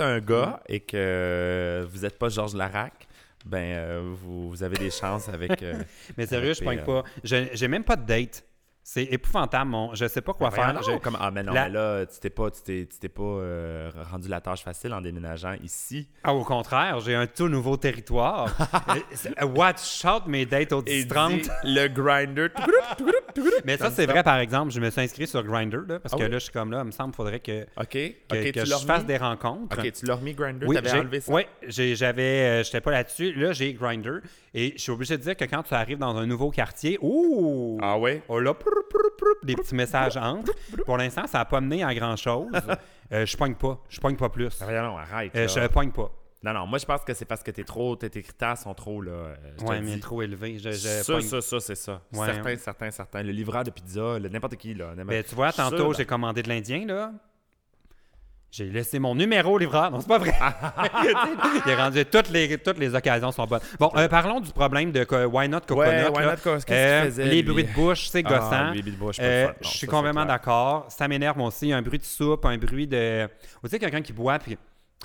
et que vous n'êtes pas Georges Larac, ben vous avez des chances avec. Mais sérieux, je pointe PL. pas. J'ai même pas de date. C'est épouvantable. Je sais pas quoi Ben voyons faire. donc, comme, mais non, La- mais là, tu t'es pas rendu la tâche facile en déménageant ici. Ah, au contraire, j'ai un tout nouveau territoire. Watch out mes dates au Et 10-30. dit le grinder. Mais ça, c'est vrai, par exemple. Je me suis inscrit sur Grindr, là, parce Ah que oui? là, je suis comme là, il me semble qu'il faudrait que OK, que tu je l'as fasse remis? des rencontres. OK, tu l'as remis Grindr, Oui, t'avais enlevé ça? Oui, j'étais pas là-dessus. Là, j'ai Grindr. Et je suis obligé de dire que quand tu arrives dans un nouveau quartier, ouh! Ah ouais? Oh là, des petits messages entrent. Pour l'instant, ça n'a pas mené à grand-chose. Je pogne pas. Je pogne pas plus. Non, arrête. Là. Je pogne pas. Non, moi je pense que c'est parce que tes critères sont trop là. Je te Ouais, le mais dis. trop élevé. Ça, c'est ça. Ouais, Certains. Le livreur de pizza, n'importe qui, là. Ben, tu vois, tantôt, Ça, là. j'ai commandé de l'Indien, là. J'ai laissé mon numéro au livreur. Non, c'est pas vrai. Il est rendu. Toutes les occasions sont bonnes. Bon, parlons du problème de Why Not Coconut. Ouais, Why là. Not Coconut, qu'est-ce qu'il faisait, les lui? bruits de bouche, c'est gossant. Ah, les bruits de bouche, pas le fun. Non, Je suis ça, complètement c'est clair. d'accord. Ça m'énerve moi aussi. Un bruit de soupe, un bruit de... Vous savez, quelqu'un qui boit, puis...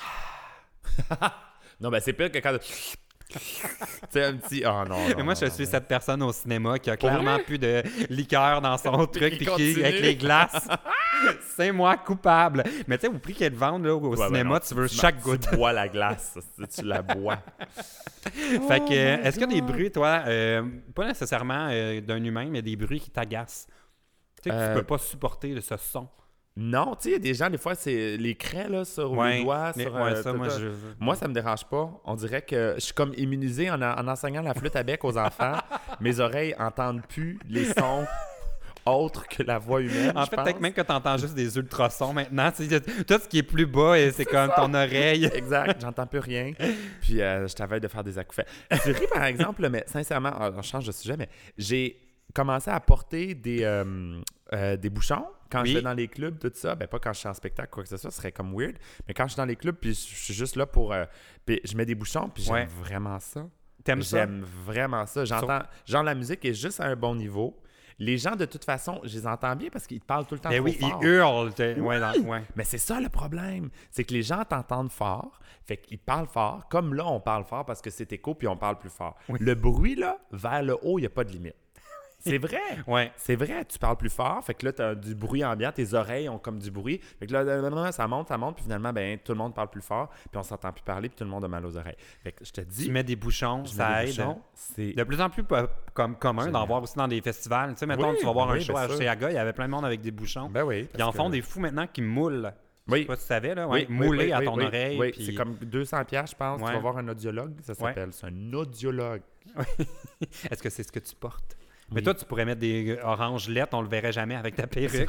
Non, ben c'est pire que quand... C'est un petit... Oh non, Mais moi, je suis cette personne au cinéma qui a clairement plus de liqueur dans son truc, puis qui, continue. avec les glaces. C'est moi coupable. Mais tu sais, au prix qu'elle vende là, au Ouais, cinéma, non, tu veux chaque goutte. Tu bois la glace, tu la bois. Fait que, est-ce qu'il y a des bruits, toi, pas nécessairement d'un humain, mais des bruits qui t'agacent? Tu sais, que tu peux pas supporter ce son. Non, tu sais, il y a des gens, des fois, c'est les craies là, sur les doigts. Sur, ça, moi, Moi, ça me dérange pas. On dirait que je suis comme immunisé en enseignant la flûte à bec aux enfants. Mes oreilles entendent plus les sons autres que la voix humaine. En fait, peut-être même que tu entends juste des ultrasons maintenant. Tout ce qui est plus bas, c'est comme ça. Ton oreille. Exact, j'entends plus rien. Puis je t'avais de faire des acouphènes. Tu ris, par exemple, mais sincèrement, on change de sujet, mais j'ai commencé à porter des bouchons quand je vais dans les clubs, tout ça. Ben pas quand je suis en spectacle, quoi que ce soit, ce serait comme weird. Mais quand je suis dans les clubs, puis je suis juste là pour... puis je mets des bouchons, puis j'aime vraiment ça. T'aimes ça? J'aime vraiment ça. J'entends... Genre, la musique est juste à un bon niveau. Les gens, de toute façon, je les entends bien parce qu'ils te parlent tout le temps trop fort. Ils hurlent. Mais c'est ça le problème. C'est que les gens t'entendent fort, fait qu'ils parlent fort. Comme là, on parle fort parce que c'est écho puis on parle plus fort. Oui. Le bruit, là, vers le haut, il n'y a pas de limite. C'est vrai. Ouais. C'est vrai, tu parles plus fort. Fait que là, tu as du bruit ambiant, tes oreilles ont comme du bruit. Fait que là, ça monte, puis finalement, ben tout le monde parle plus fort, puis on s'entend plus parler, puis tout le monde a mal aux oreilles. Fait que je te dis... Tu mets des bouchons, ça aide. C'est... De plus en plus commun d'en voir aussi dans des festivals. Tu sais, mettons, tu vas voir un show à Chiaga, il y avait plein de monde avec des bouchons. Ben oui. Ils en font des fous maintenant qui moulent. Oui. Je sais pas si tu savais, là. Mouler à ton oreille. Oui, puis... c'est comme 200$, je pense. Ouais. Tu vas voir un audiologue, ça s'appelle. C'est un audiologue. Est-ce que c'est ce que tu portes? Oui. Mais toi, tu pourrais mettre des oranges lettres, on le verrait jamais avec ta perruque.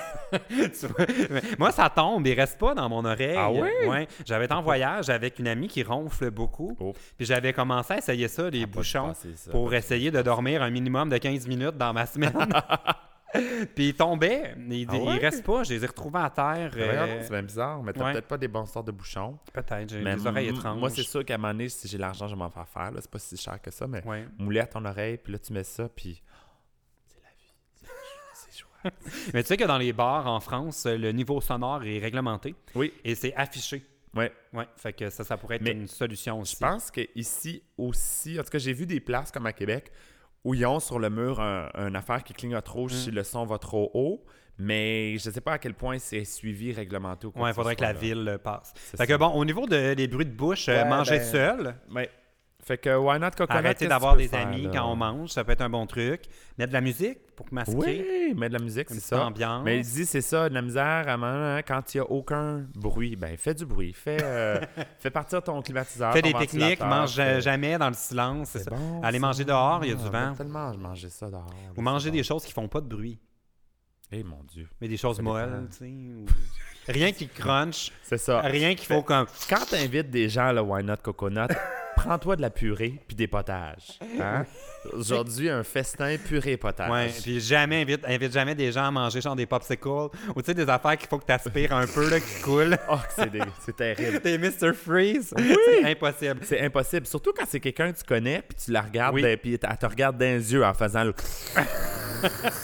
Moi, ça tombe, il reste pas dans mon oreille. Ah oui? Ouais. J'avais été en voyage avec une amie qui ronfle beaucoup. Oh. Puis j'avais commencé à essayer ça, les bouchons, pour essayer de dormir un minimum de 15 minutes dans ma semaine. Puis il tombait. Il reste pas. Je les ai retrouvés à terre. C'est bien bizarre, mais t'as peut-être pas des bonnes sortes de bouchons. Peut-être, j'ai Mais des oreilles étranges. Moi, c'est sûr qu'à un moment donné, si j'ai l'argent, je vais m'en faire faire. Là. C'est pas si cher que ça, mais mouler à ton oreille, puis là, tu mets ça, puis c'est la vie. C'est chouette. Mais tu sais que dans les bars en France, le niveau sonore est réglementé. Oui. Et c'est affiché. Ouais. Ouais. Fait que ça pourrait être une solution aussi. Je pense qu'ici aussi, en tout cas, j'ai vu des places comme à Québec où ils ont sur le mur une affaire qui clignote rouge si le son va trop haut, mais je ne sais pas à quel point c'est suivi, réglementé ou quoi. Ouais, il faudrait que la ville passe. C'est fait que bon, au niveau des bruits de bouche, manger seul. Ouais. Fait que Why Not Coconut? Arrêter d'avoir des amis quand on mange, ça peut être un bon truc. Mettre de la musique pour masquer. Oui, mettre de la musique, c'est ça. Ambiance. Mais il dit, c'est ça, de la misère, quand il n'y a aucun bruit, ben fais du bruit. Fais partir ton climatiseur. Fais ton des techniques, mange jamais dans le silence. C'est ça. Bon, Allez manger dehors, il y a du vent. Tellement manger ça dehors. Ou manger des choses qui font pas de bruit. Eh mon Dieu. Mais des choses molles, tu sais. Rien qui crunch. C'est ça. Rien qu'il faut comme... Quand tu invites des gens à le Why Not Coconut, prends-toi de la purée puis des potages. Hein? Aujourd'hui, un festin purée et potage. Ouais, puis jamais invite jamais des gens à manger genre des popsicles ou tu sais des affaires qu'il faut que tu aspires un peu là qui coulent. Oh, c'est terrible. Des Mr. Freeze. Oui. C'est impossible. C'est impossible, surtout quand c'est quelqu'un que tu connais puis tu la regardes puis elle te regarde dans les yeux en faisant le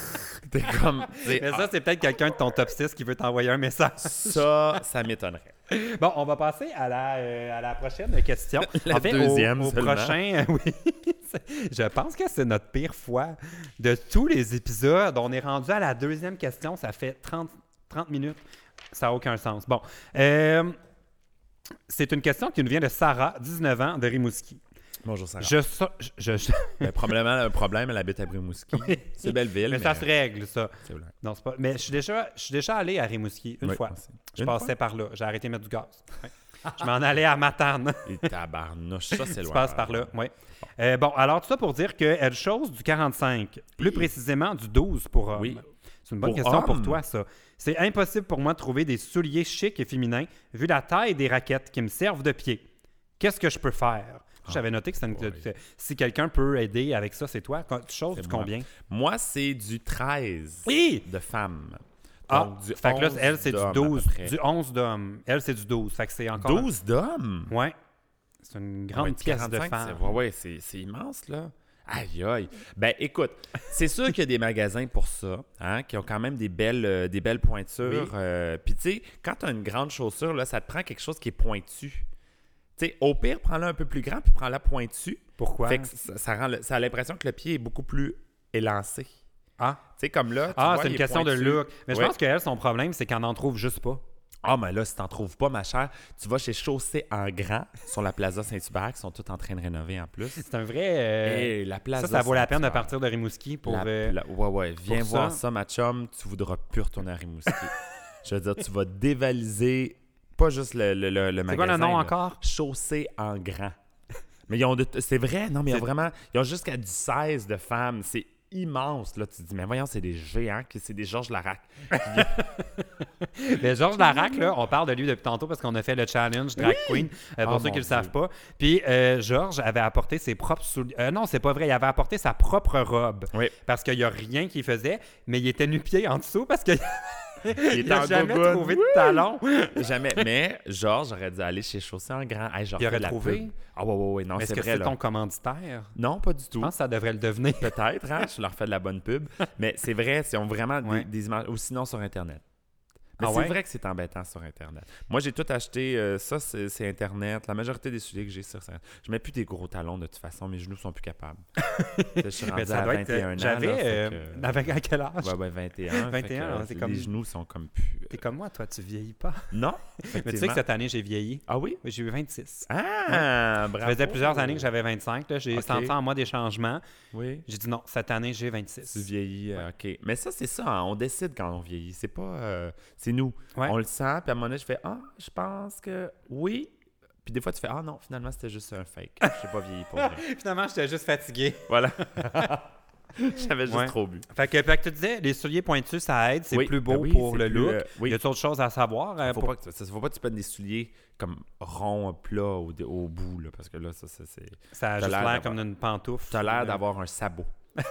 T'es comme Mais ça c'est peut-être quelqu'un de ton top 6 qui veut t'envoyer un message. ça m'étonnerait. Bon, on va passer à la prochaine question. La en fait, deuxième au seulement. prochain, oui. Je pense que c'est notre pire fois de tous les épisodes. On est rendu à la deuxième question. Ça fait 30 minutes. Ça n'a aucun sens. Bon. C'est une question qui nous vient de Sarah, 19 ans, de Rimouski. Bonjour, Sarah. Probablement, un problème, elle habite à Rimouski. Oui. C'est Belleville. Mais ça se règle, ça. C'est vrai. Non, c'est pas... Mais je suis déjà allé à Rimouski une fois. Aussi. Je passais par là. J'ai arrêté de mettre du gaz. Ouais. Je m'en allais à Matane. Et tabarnouche, ça, c'est Tu loin. passes par là, oui. Bon, alors tout ça pour dire qu'elle chose du 45, plus précisément du 12 pour homme. Oui. C'est une bonne Pour question pour homme? toi, ça. C'est impossible pour moi de trouver des souliers chics et féminins vu la taille des raquettes qui me servent de pied. Qu'est-ce que je peux faire? J'avais noté que si quelqu'un peut aider avec ça, c'est toi. Chose du combien? Moi, c'est du 13 Oui! de femmes. Ah, Donc, du fait que là, 11 elle, c'est du d'hommes, 12. à peu près. Du 11 d'hommes. Elle, c'est du 12. Fait que c'est encore... 12 d'hommes? Ouais. C'est une grande Ouais, pièce de 45, femme. c'est immense, là. Aïe, aïe. Ben, écoute, c'est sûr qu'il y a des magasins pour ça, hein, qui ont quand même des belles pointures. Oui. Puis, tu sais, quand tu as une grande chaussure, là, ça te prend quelque chose qui est pointu. Tu sais, au pire, prends-la un peu plus grand, puis prends-la pointue. Pourquoi? Fait que ça a l'impression que le pied est beaucoup plus élancé. Ah, Tu sais, comme là, tu Ah, vois, c'est il une est question de pointu. look. Mais je Ouais. pense qu'elle, son problème, c'est qu'elle n'en trouve juste pas. Ah, mais là, si t'en trouves pas, ma chère, tu vas chez Chaussée en grand sur la Plaza Saint-Hubert, qui sont tous en train de rénover en plus. C'est un vrai... Et la Plaza ça vaut la peine de Saint-Hubert. partir de Rimouski pour... Ouais, viens pour voir ça. ça, ma chum, tu voudras plus retourner à Rimouski. Je veux dire, tu vas dévaliser pas juste le magasin. C'est quoi le nom là. encore? Chaussée en grand. Mais ils ont c'est vrai, non, mais ils ont jusqu'à du 16 de femmes. C'est immense, là. Tu te dis, mais voyons, c'est des géants, c'est des Georges Larac. Mais Georges Larac, là, on parle de lui depuis tantôt parce qu'on a fait le challenge Drag Queen, pour Oh, ceux qui mon ne le savent Dieu. pas. Puis Georges avait apporté ses propres souliers. Non, c'est pas vrai. Il avait apporté sa propre robe. Oui. Parce qu'il n'y a rien qu'il faisait, mais il était nu-pied en dessous parce qu'il Il n'a en jamais gogoune. trouvé de talons. Jamais. Mais Georges aurait dû aller chez Chaussée en grand. Hey, Il aurait de la trouvé? pub. Ah, ouais, non, Est-ce c'est que vrai, c'est là. ton commanditaire? Non, pas du Je tout. pense que ça devrait le devenir. Peut-être, hein? Je leur fais de la bonne pub. Mais c'est vrai, ils ont vraiment Ouais. des images. Ou sinon sur Internet. Mais Ah c'est ouais? vrai que c'est embêtant sur Internet. Moi, j'ai tout acheté. Ça, c'est Internet. La majorité des souliers que j'ai sur Internet. Je mets plus des gros talons de toute façon. Mes genoux sont plus capables. Je suis rendu Mais ça à doit 21 ans. être... J'avais... là, fait que- Avec à quel âge? Ouais, 21. 21, fait que, hein, c'est comme- Les genoux sont comme plus... T'es comme moi, toi, tu vieillis pas. Non, Mais tu sais que effectivement. cette année, j'ai vieilli. Ah oui? Oui, j'ai eu 26. Ah, bravo. Ça faisait plusieurs années que j'avais 25. Là. J'ai Ok. senti en moi des changements. Oui. J'ai dit non, cette année, j'ai Tu 26. vieillis, OK. Mais ça, c'est ça, hein, on décide quand on vieillit. C'est pas... c'est nous. Ouais. On le sent, puis à un moment donné, je fais « Ah, je pense que oui. » Puis des fois, tu fais « Ah non, finalement, c'était juste un fake. Je n'ai pas vieilli pour vrai. Finalement, j'étais juste fatigué. » Voilà. J'avais juste Ouais. trop bu. Fait que tu disais, les souliers pointus, ça aide. C'est Oui, plus beau ben oui, pour c'est le plus, look. oui. Y a-t-il autre chose à savoir? Faut pas que tu prennes des souliers comme ronds, plats au bout, là, parce que là, ça c'est... Ça a T'as juste l'air l'air d'avoir- comme d'une pantoufle. Tu as l'air d'avoir un sabot.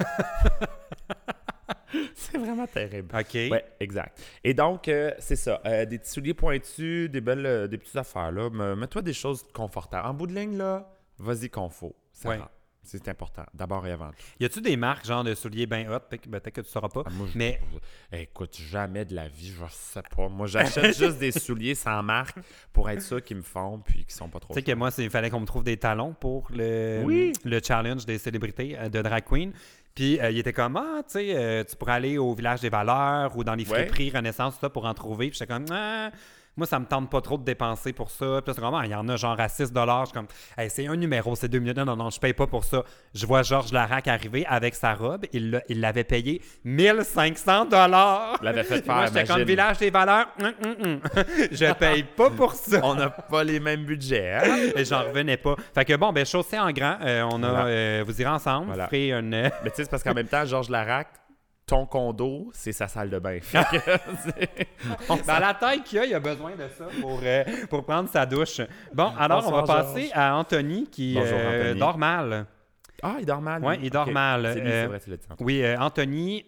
C'est vraiment terrible. OK. Ouais, exact. Et donc, c'est ça. Des petits souliers pointus, des petites affaires, là. Mets-toi des choses confortables. En bout de ligne, là, vas-y confort. Ça Ouais. rend. C'est important, d'abord et avant tout. Y a-tu des marques, genre de souliers bien hot? Peut-être que tu sauras pas. Ah, moi, Mais écoute, jamais de la vie, je sais pas. Moi, j'achète juste des souliers sans marque pour être sûr qu'ils me font puis qu'ils sont pas trop tu sais que moi, il fallait qu'on me trouve des talons pour Oui. le challenge des célébrités de Drag Queen. Puis il était comme, tu sais, tu pourrais aller au Village des Valeurs ou dans les Ouais. friperies Renaissance, tout ça, pour en trouver. Puis j'étais comme, moi, ça me tente pas trop de dépenser pour ça. Puis là, c'est comme, il y en a genre à 6 $. Je suis comme, hey, c'est un numéro, c'est 2 minutes. Non, je paye pas pour ça. Je vois Georges Larac arriver avec sa robe. Il l'avait payé 1500 $. Il l'avait fait faire, Moi, j'étais comme imagine. Village des Valeurs. Je paye pas pour ça. On n'a pas les mêmes budgets, hein? Et j'en revenais pas. Fait que bon, ben chaussée en grand, vous irez ensemble, Voilà. vous ferez une... Mais tu sais, c'est parce qu'en même temps, Georges Larac, ton condo, c'est sa salle de bain. Fait que, Dans la taille qu'il a, il a besoin de ça pour prendre sa douche. Bon, alors on va Bonsoir, passer Georges. à Anthony qui Bonjour, Anthony. dort mal. Ah, il dort mal. Ouais, lui. il dort Ok. mal. C'est lui, c'est vrai, tu l'as dit. Oui, Anthony,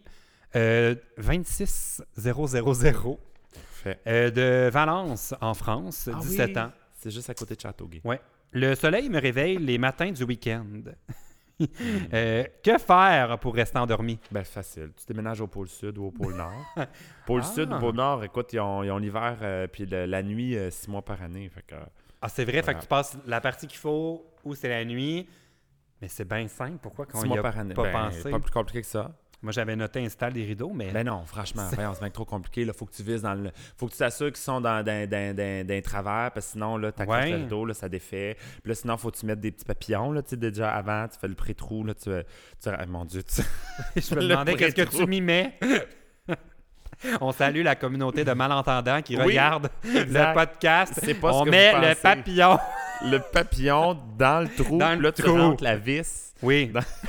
26000 Fait. de Valence, en France, Ah 17 oui. ans. C'est juste à côté de Châteauguay. Ouais. Le soleil me réveille les matins du week-end. Que faire pour rester endormi? Ben, facile. Tu déménages au pôle sud ou au pôle nord. Pôle sud ou Ah. pôle nord, écoute, ils ont l'hiver puis la nuit 6 mois par année. Fait que, Ah, c'est vrai, fait Voilà. que tu passes la partie qu'il faut où c'est la nuit. Mais c'est bien simple. Pourquoi qu'on 6 y mois a par année. pas Ben, pensé? pas plus compliqué que ça. Moi, j'avais noté installe des rideaux, mais... Ben non, franchement, voyons, c'est bien trop compliqué. Il faut que tu vises dans le. Faut que tu t'assures qu'ils sont dans travers, parce que sinon, là, t'accroches Ouais. le rideau, là, ça défait. Puis là, sinon, faut que tu mettes des petits papillons, là, tu sais, déjà avant, tu fais le pré-trou, là, ah, mon Dieu, je me Le demandais qu'est-ce que pré-trou. tu m'y mets. On salue la communauté de malentendants qui Oui, regarde exact. le podcast. C'est pas ce On que met vous le pensez. papillon. Le papillon dans le trou, Dans puis le là, tu trou. rentres la vis. Oui.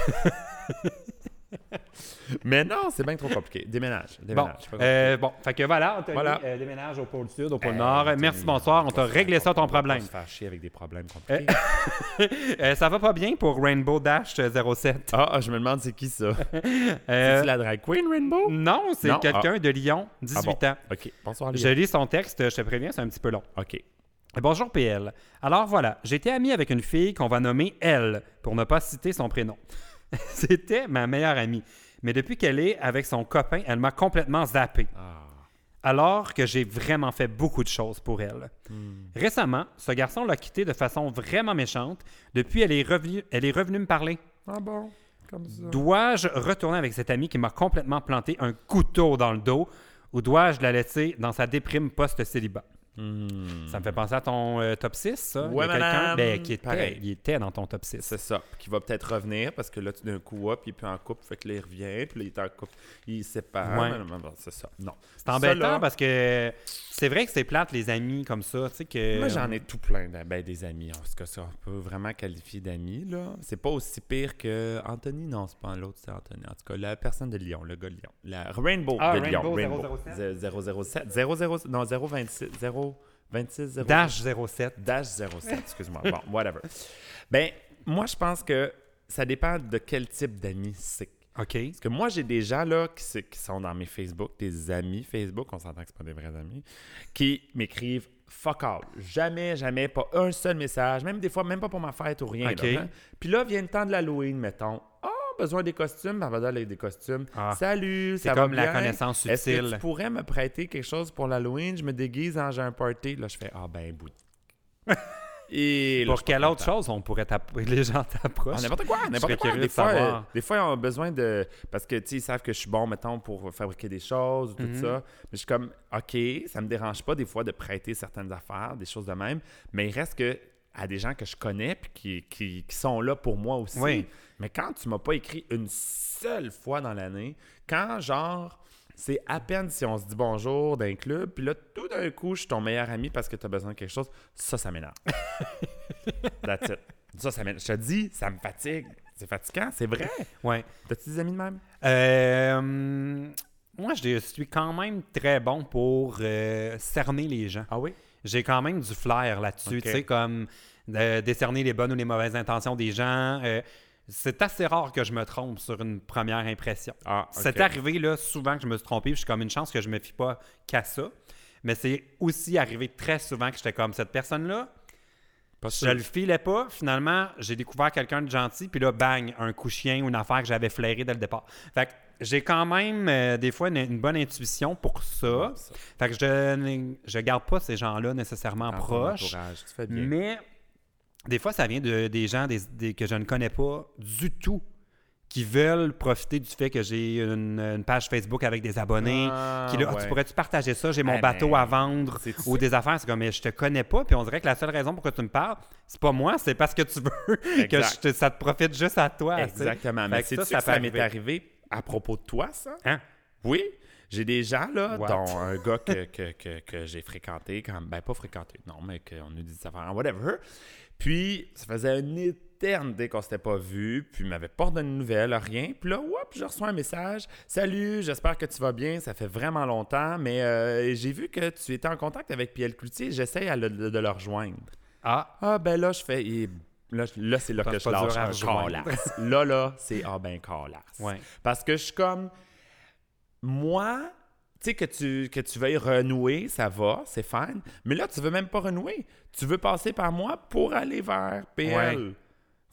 Mais non, c'est bien trop compliqué. Déménage. Bon, C'est pas compliqué. bon, fait que voilà, Anthony, Voilà. déménage au pôle sud, au pôle Hey, nord. Anthony, Merci, bonsoir. On t'a réglé ça, ton On va problème. pas se faire chier avec des problèmes compliqués. Ça va pas bien pour Rainbow Dash 07. Je me demande c'est qui ça. Euh, C'est-tu la drag queen Rainbow? non, c'est Non? quelqu'un de Lyon, 18 bon. ans. OK. Bonsoir, Je les lis son texte, je te préviens, c'est un petit peu long. OK. Bonjour PL. Alors voilà, j'étais ami avec une fille qu'on va nommer Elle, pour ne pas citer son prénom. C'était ma meilleure amie. Mais depuis qu'elle est avec son copain, elle m'a complètement zappé. Alors que j'ai vraiment fait beaucoup de choses pour elle. Récemment, ce garçon l'a quittée de façon vraiment méchante. Depuis, elle est revenue me parler. Ah bon? Comme ça. Dois-je retourner avec cette amie qui m'a complètement planté un couteau dans le dos ou dois-je la laisser dans sa déprime post-célibat? Ça me fait penser à ton top 6, ça. Ouais, Il y a quelqu'un madame. qui Pareil. il était dans ton top 6. C'est ça. Qui va peut-être revenir parce que là, tout d'un coup, hop, il est plus en couple, fait que là, il revient, puis là, il est en couple, il se sépare. Ouais. Mais bon, c'est ça. Non. C'est embêtant Ça, là, parce que c'est vrai que c'est plate, les amis comme ça. Tu sais que... Moi, j'en ai tout plein des amis. En tout cas, ça, on peut vraiment qualifier d'amis, là. C'est pas aussi pire que Anthony. Non, c'est pas l'autre, c'est Anthony. En tout cas, la personne de Lyon, le gars de Lyon. La Rainbow Ah, de Lyon. Rainbow 007. 007. Non, 026. 026. 0. Dash 07. Dash 07, excuse-moi. Bon, whatever. Ben, moi, je pense que ça dépend de quel type d'amis c'est. OK. Parce que moi, j'ai des gens là qui sont dans mes Facebook, des amis Facebook, on s'entend que c'est pas des vrais amis, qui m'écrivent fuck all. Jamais, jamais, pas un seul message, même des fois, même pas pour ma fête ou rien. OK. Là, hein. Puis là, vient le temps de l'Halloween, mettons. Besoin des costumes, ben, va aller avec des costumes. Ah. Salut, C'est ça comme va la bien? connaissance Est-ce que subtile. tu pourrais me prêter quelque chose pour l'Halloween? Je me déguise en j'ai un party. Là, je fais bout. Et là, je Pour suis pas quelle autre content. chose on pourrait les gens t'approchent? N'importe quoi, n'importe serais quoi. curieux Des de fois, savoir. des fois, ils ont besoin de... Parce que, tu sais, ils savent que je suis bon, mettons, pour fabriquer des choses ou tout ça. Mais je suis comme, OK, ça me dérange pas des fois de prêter certaines affaires, des choses de même. Mais il reste que à des gens que je connais puis qui sont là pour moi aussi. Oui. Mais quand tu m'as pas écrit une seule fois dans l'année, quand, genre... C'est à peine si on se dit bonjour d'un club, puis là, tout d'un coup, je suis ton meilleur ami parce que tu as besoin de quelque chose. Ça m'énerve. That's it. Ça m'énerve. Je te dis, ça me fatigue. C'est fatigant, c'est vrai. Ouais. T'as-tu des amis de même? Moi, je suis quand même très bon pour cerner les gens. Ah oui? J'ai quand même du flair là-dessus, Ok. tu sais, comme décerner les bonnes ou les mauvaises intentions des gens. C'est assez rare que je me trompe sur une première impression. Ah, C'est arrivé là, souvent que je me suis trompé, puis je suis comme une chance que je me fie pas qu'à ça. Mais c'est aussi arrivé très souvent que j'étais comme cette personne-là, je le filais pas. Finalement, j'ai découvert quelqu'un de gentil, puis là, bang, un coup chien ou une affaire que j'avais flairé dès le départ. Fait que j'ai quand même, des fois, une bonne intuition pour ça. Fait que je garde pas ces gens-là nécessairement Dans ton proches. entourage, tu fais bien. Mais des fois, ça vient des gens que je ne connais pas du tout, qui veulent profiter du fait que j'ai une page Facebook avec des abonnés, qui là, tu pourrais-tu partager ça? J'ai mon bateau à vendre c'est ou ça. des affaires. C'est comme, mais je te connais pas. Puis on dirait que la seule raison pourquoi tu me parles, c'est pas moi, c'est parce que tu veux que ça te profite juste à toi. Exactement. Fait Mais que c'est ça ça, peut ça m'est arriver. arrivé à propos de toi, ça? Hein? Oui. J'ai des gens, là, What? dont un gars que j'ai fréquenté, pas fréquenté, non, mais qu'on a dit des affaires, whatever. Puis, ça faisait une éternité qu'on s'était pas vu, puis il m'avait pas donné de nouvelles, rien. Puis là, je reçois un message. « Salut, j'espère que tu vas bien, ça fait vraiment longtemps, mais j'ai vu que tu étais en contact avec Pierre Cloutier, j'essaie de le rejoindre. » Ah, ben là, je fais... Là, c'est là que je pas lâche dur à un rejoindre. calasse. Là, c'est calasse. Ouais. Parce que je suis comme... Moi, tu sais, que tu veuilles renouer, ça va, c'est fine. Mais là, tu veux même pas renouer. Tu veux passer par moi pour aller vers PL. Ouais.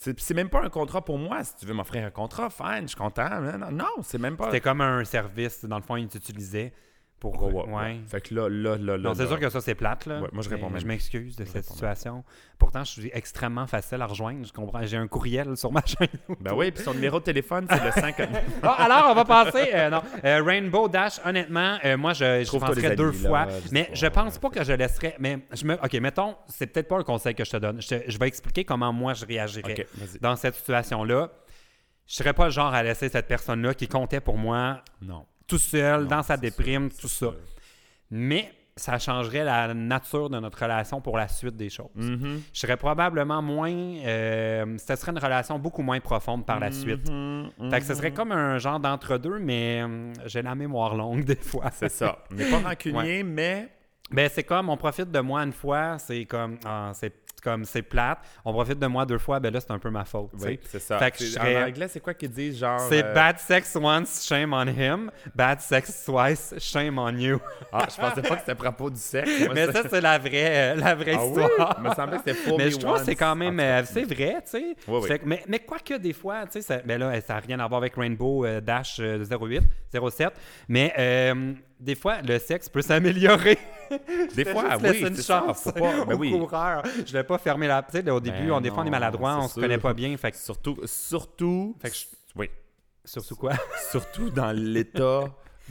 C'est même pas un contrat pour moi. Si tu veux m'offrir un contrat, fine, je suis content. Non, c'est même pas... C'était comme un service, dans le fond, ils t'utilisaient pour... Ouais. Fait que là... Non, c'est sûr que ça, c'est plate, là. Ouais, moi, je réponds même. Je m'excuse de cette situation. Pourtant, je suis extrêmement facile à rejoindre. Je comprends. J'ai un courriel sur ma chaîne. Ben oui, puis son numéro de téléphone, c'est le 5... Alors, on va passer... Rainbow Dash, honnêtement, moi, je penserais 2 fois. Mais je pense pas que je laisserais... OK, mettons, c'est peut-être pas un conseil que je te donne. Je vais expliquer comment moi, je réagirais dans cette situation-là. Je serais pas le genre à laisser cette personne-là qui comptait pour moi... Non. Tout seul, Non, dans sa déprime, ça, tout ça. Mais ça changerait la nature de notre relation pour la suite des choses. Mm-hmm. Je serais probablement moins... ce serait une relation beaucoup moins profonde par la suite. Fait que ce serait comme un genre d'entre-deux, mais j'ai la mémoire longue des fois. C'est ça. On n'est pas rancunier, mais... Ben, c'est comme, on profite de moi une fois, c'est comme... c'est plate. On profite de moi 2 fois, ben là, c'est un peu ma faute. Oui, c'est ça. Fait que En anglais, c'est quoi qu'ils disent, genre... C'est bad sex once, shame on him. Bad sex twice, shame on you. Ah, je pensais pas que c'était à propos du sexe. Moi, mais ça, c'est la vraie histoire. Oui? Il me semblait que c'était fool Mais me je trouve que c'est quand même... c'est vrai, tu sais. Oui. Fait que, mais quoique des fois, tu sais, mais là, ça n'a rien à voir avec Rainbow Dash 07. Mais des fois, le sexe peut s'améliorer. Des fois, oui, c'est ça. Faut pas... Ben coureur. Je ne l'ai pas fermé la... Tu sais, au début, des fois, on est maladroit, on se connaît pas bien. Fait que... Surtout... Fait que Oui. Surtout quoi? Surtout dans l'état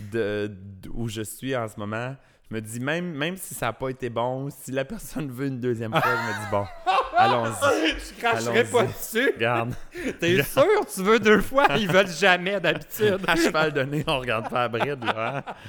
où je suis en ce moment. Je me dis, même si ça n'a pas été bon, si la personne veut une deuxième fois, je me dis, bon, allons-y. Je cracherai pas dessus. Regarde. T'es sûr tu veux 2 fois? Ils veulent jamais d'habitude. À cheval donné, on regarde pas la bride, là. Hein?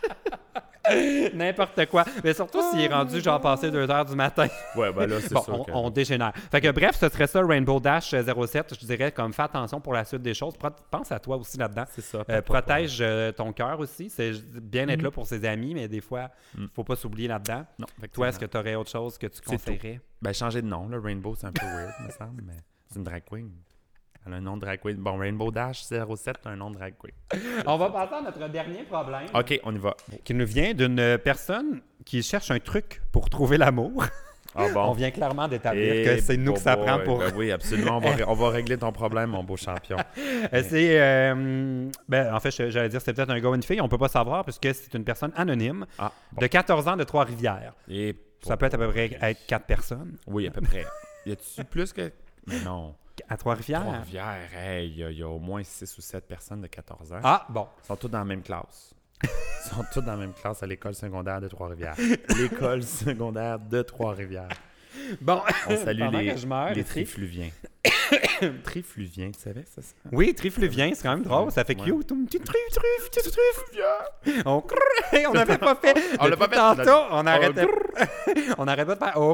N'importe quoi. Mais surtout s'il est rendu genre passé 2 heures du matin. Ouais, ben là, c'est bon, sûr. On dégénère. Fait que bref, ce serait ça, Rainbow Dash 07. Je dirais comme fais attention pour la suite des choses. Pense à toi aussi là-dedans. C'est ça. Protège ton cœur aussi. C'est bien être là pour ses amis, mais des fois, faut pas s'oublier là-dedans. Non, toi, est-ce que tu aurais autre chose que tu conseillerais? Ben, changer de nom. Là. Rainbow, c'est un peu weird, me semble, mais c'est une drag queen. Elle a un nom de drag queen. Bon, Rainbow Dash 07, un nom de drag queen. On va passer à notre dernier problème. OK, on y va. Qui nous vient d'une personne qui cherche un truc pour trouver l'amour. Ah bon. On vient clairement d'établir que c'est nous que ça prend pour... Ben oui, absolument. On va régler ton problème, mon beau champion. C'est... en fait, j'allais dire c'est peut-être un gars ou une fille. On peut pas savoir puisque c'est une personne anonyme de 14 ans de Trois-Rivières. Ça peut être à peu près être 4 personnes. Oui, à peu près. Y a-tu plus que... Mais non. À Trois-Rivières? Trois-Rivières, hey, il y a au moins 6 ou 7 personnes de 14 ans. Ah, bon. Ils sont tous dans la même classe. Ils sont tous dans la même classe à l'école secondaire de Trois-Rivières. L'école secondaire de Trois-Rivières. Bon, on salue les trifluviens. Trifluviens, tu savais ça? Oui, trifluviens, c'est quand même drôle. Ça fait cute. Petit trifluvien. On n'avait pas fait. On l'a pas fait tantôt. On arrêtait. On n'arrête pas de faire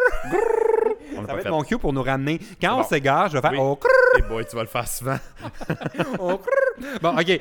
ça va être mon cue pour nous ramener. Quand on s'égare, je vais faire Et boy, tu vas le faire souvent. Bon, OK.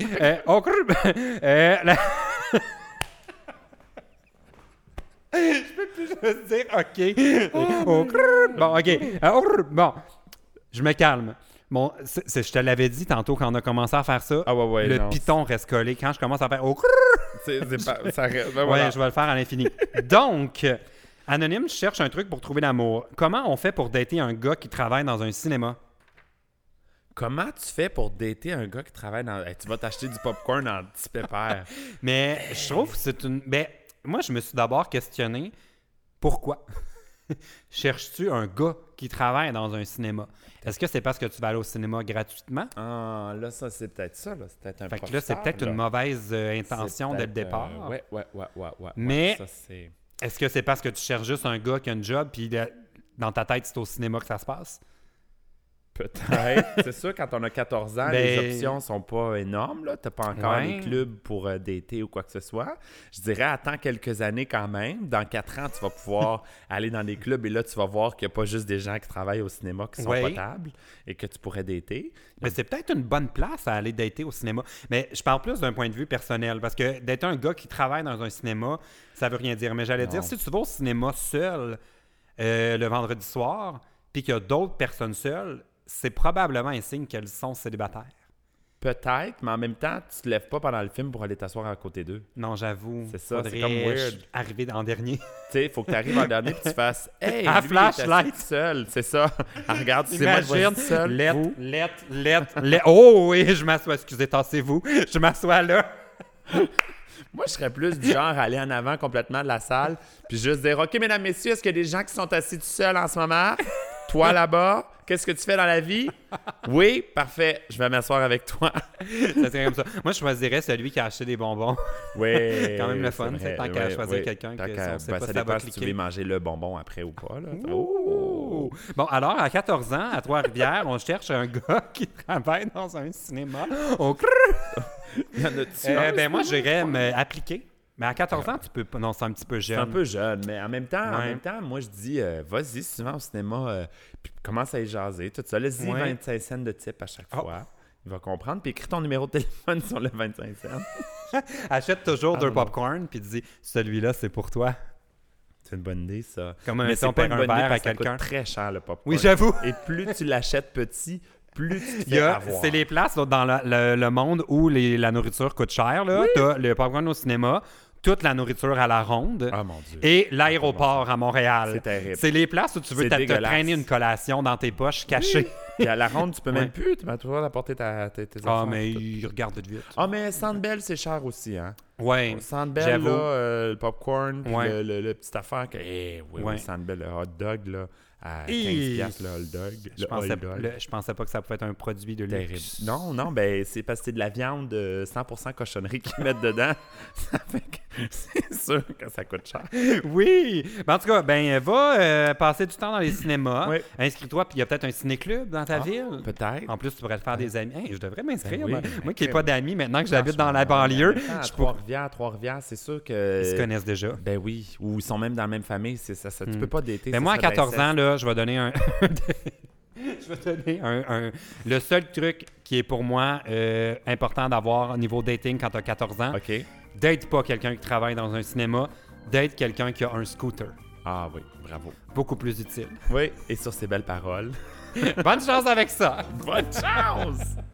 Je peux plus juste dire OK. Bon, OK. Bon, je me calme. Bon, je te l'avais dit tantôt quand on a commencé à faire ça. Ah ouais, le piton reste collé. Quand je commence à faire ça reste, ben voilà. Ouais, je vais le faire à l'infini. Donc, Anonyme cherche un truc pour trouver l'amour. Comment on fait pour dater un gars qui travaille dans un cinéma? Comment tu fais pour dater un gars qui travaille dans... Hey, tu vas t'acheter du popcorn en petit pépère. Mais je trouve que c'est une... Ben, moi, je me suis d'abord questionné pourquoi cherches-tu un gars qui travaille dans un cinéma? Est-ce que c'est parce que tu vas aller au cinéma gratuitement? Ah, là, ça, c'est peut-être ça. Là. C'est peut-être un fait que là, c'est peut-être une mauvaise intention dès le départ. Ouais. Mais ça, c'est... est-ce que c'est parce que tu cherches juste un gars qui a un job puis dans ta tête, c'est au cinéma que ça se passe? Peut-être. C'est sûr, quand on a 14 ans, les options sont pas énormes. Tu n'as pas encore les clubs pour dater ou quoi que ce soit. Je dirais, attends quelques années quand même. Dans 4 ans, tu vas pouvoir aller dans des clubs et là, tu vas voir qu'il n'y a pas juste des gens qui travaillent au cinéma qui sont potables et que tu pourrais dater. Mais c'est peut-être une bonne place à aller dater au cinéma. Mais je parle plus d'un point de vue personnel parce que d'être un gars qui travaille dans un cinéma, ça veut rien dire. Mais j'allais dire, si tu vas au cinéma seul le vendredi soir puis qu'il y a d'autres personnes seules, c'est probablement un signe qu'elles sont célibataires. peut-être, mais en même temps, tu te lèves pas pendant le film pour aller t'asseoir à côté d'eux. Non, j'avoue. C'est ça, c'est Faudrait comme weird. arriver en dernier. Tu sais, il faut que tu arrives en dernier et tu fasses « Hey, À lui, il est assis flashlight. tout seul. » C'est ça. Ah, regarde, c'est moi, je vais Imagine, être seul. vous. let. Oh oui, je m'assois. Excusez, tassez-vous. Je m'assois là. Moi, je serais plus du genre à aller en avant complètement de la salle puis juste dire « OK, mesdames, messieurs, est-ce qu'il y a des gens qui sont assis tout seuls en ce moment? Toi là-bas, qu'est-ce que tu fais dans la vie? Oui, parfait, je vais m'asseoir avec toi. » Ça serait comme ça. Moi, je choisirais celui qui a acheté des bonbons. Oui. Quand même le fun, c'est vrai, tant qu'à choisir oui. quelqu'un Tant que qu'à- on sait ben, pas ça si ça va dépend si tu cliquer. veux manger le bonbon après ou pas. Là. Ouh. Bon, alors, à 14 ans, à Trois-Rivières, on cherche un gars qui travaille dans un cinéma. Il y en a-tu un, Ben moi, j'irais m'appliquer. Mais à 14 ans, tu peux pas. Non, c'est un petit peu C'est jeune. un peu jeune, mais en même temps, Ouais. moi, je dis, vas-y, si tu vas au cinéma, puis commence à y jaser, tout ça. Laisse-y Ouais. 25 cents de type à chaque Oh. fois. Il va comprendre, puis écris ton numéro de téléphone sur le 25 cents. Achète toujours deux Ah, non. popcorn puis dis celui-là, c'est pour toi. C'est une bonne idée, ça. Comme Mais si c'est on pas perd une un bonne idée verre à parce que ça quelqu'un. coûte très cher, le popcorn. Oui, j'avoue. Et plus tu l'achètes petit, plus tu te Il y fais a, avoir. c'est les places là, dans le monde où la nourriture coûte cher. Là. T'as le popcorn au cinéma, toute la nourriture à la ronde Ah, mon Dieu. et l'aéroport à Montréal. C'est terrible. C'est les places où tu veux C'est te dégueulasse. traîner une collation dans tes poches cachées. Puis à la ronde, tu peux Ouais. même plus. Tu vas toujours apporter tes Ah, affaires, mais tout. ils regardent vite. Ah, mais Sandbell, c'est cher aussi, hein. Ouais. Sandbell, J'avoue. là, le popcorn, puis Ouais. le petite affaire que... oui, Ouais. Sandbell, le hot dog, là, à 15 Hi. piastres, le hot dog. Je pensais pas que ça pouvait être un produit de Terrible. luxe. Non, ben c'est parce que c'est de la viande 100% cochonnerie qu'ils mettent dedans. Ça fait que c'est sûr que ça coûte cher. Oui! Ben, en tout cas, va passer du temps dans les cinémas. Oui. Inscris-toi, puis il y a peut-être un ciné-club dans ta ville. Peut-être. En plus, tu pourrais te faire des amis. Hey, je devrais m'inscrire. Ben oui, moi. ben Moi qui n'ai oui. pas d'amis maintenant que j'habite dans la Franchement, banlieue, à je pourrais... Trois-Rivières, c'est sûr que... Ils se connaissent déjà. Ben oui, ou ils sont même dans la même famille, c'est ça, tu Hmm. peux pas dater. Ben ça moi, à serait de 14 ans, l'inceste. là, je vais donner un... je vais donner le seul truc qui est pour moi important d'avoir au niveau dating quand tu as 14 ans, OK. date pas quelqu'un qui travaille dans un cinéma, date quelqu'un qui a un scooter. Ah oui, bravo. Beaucoup plus utile. Oui, et sur ces belles paroles, Bonne chance avec ça! bonne chance!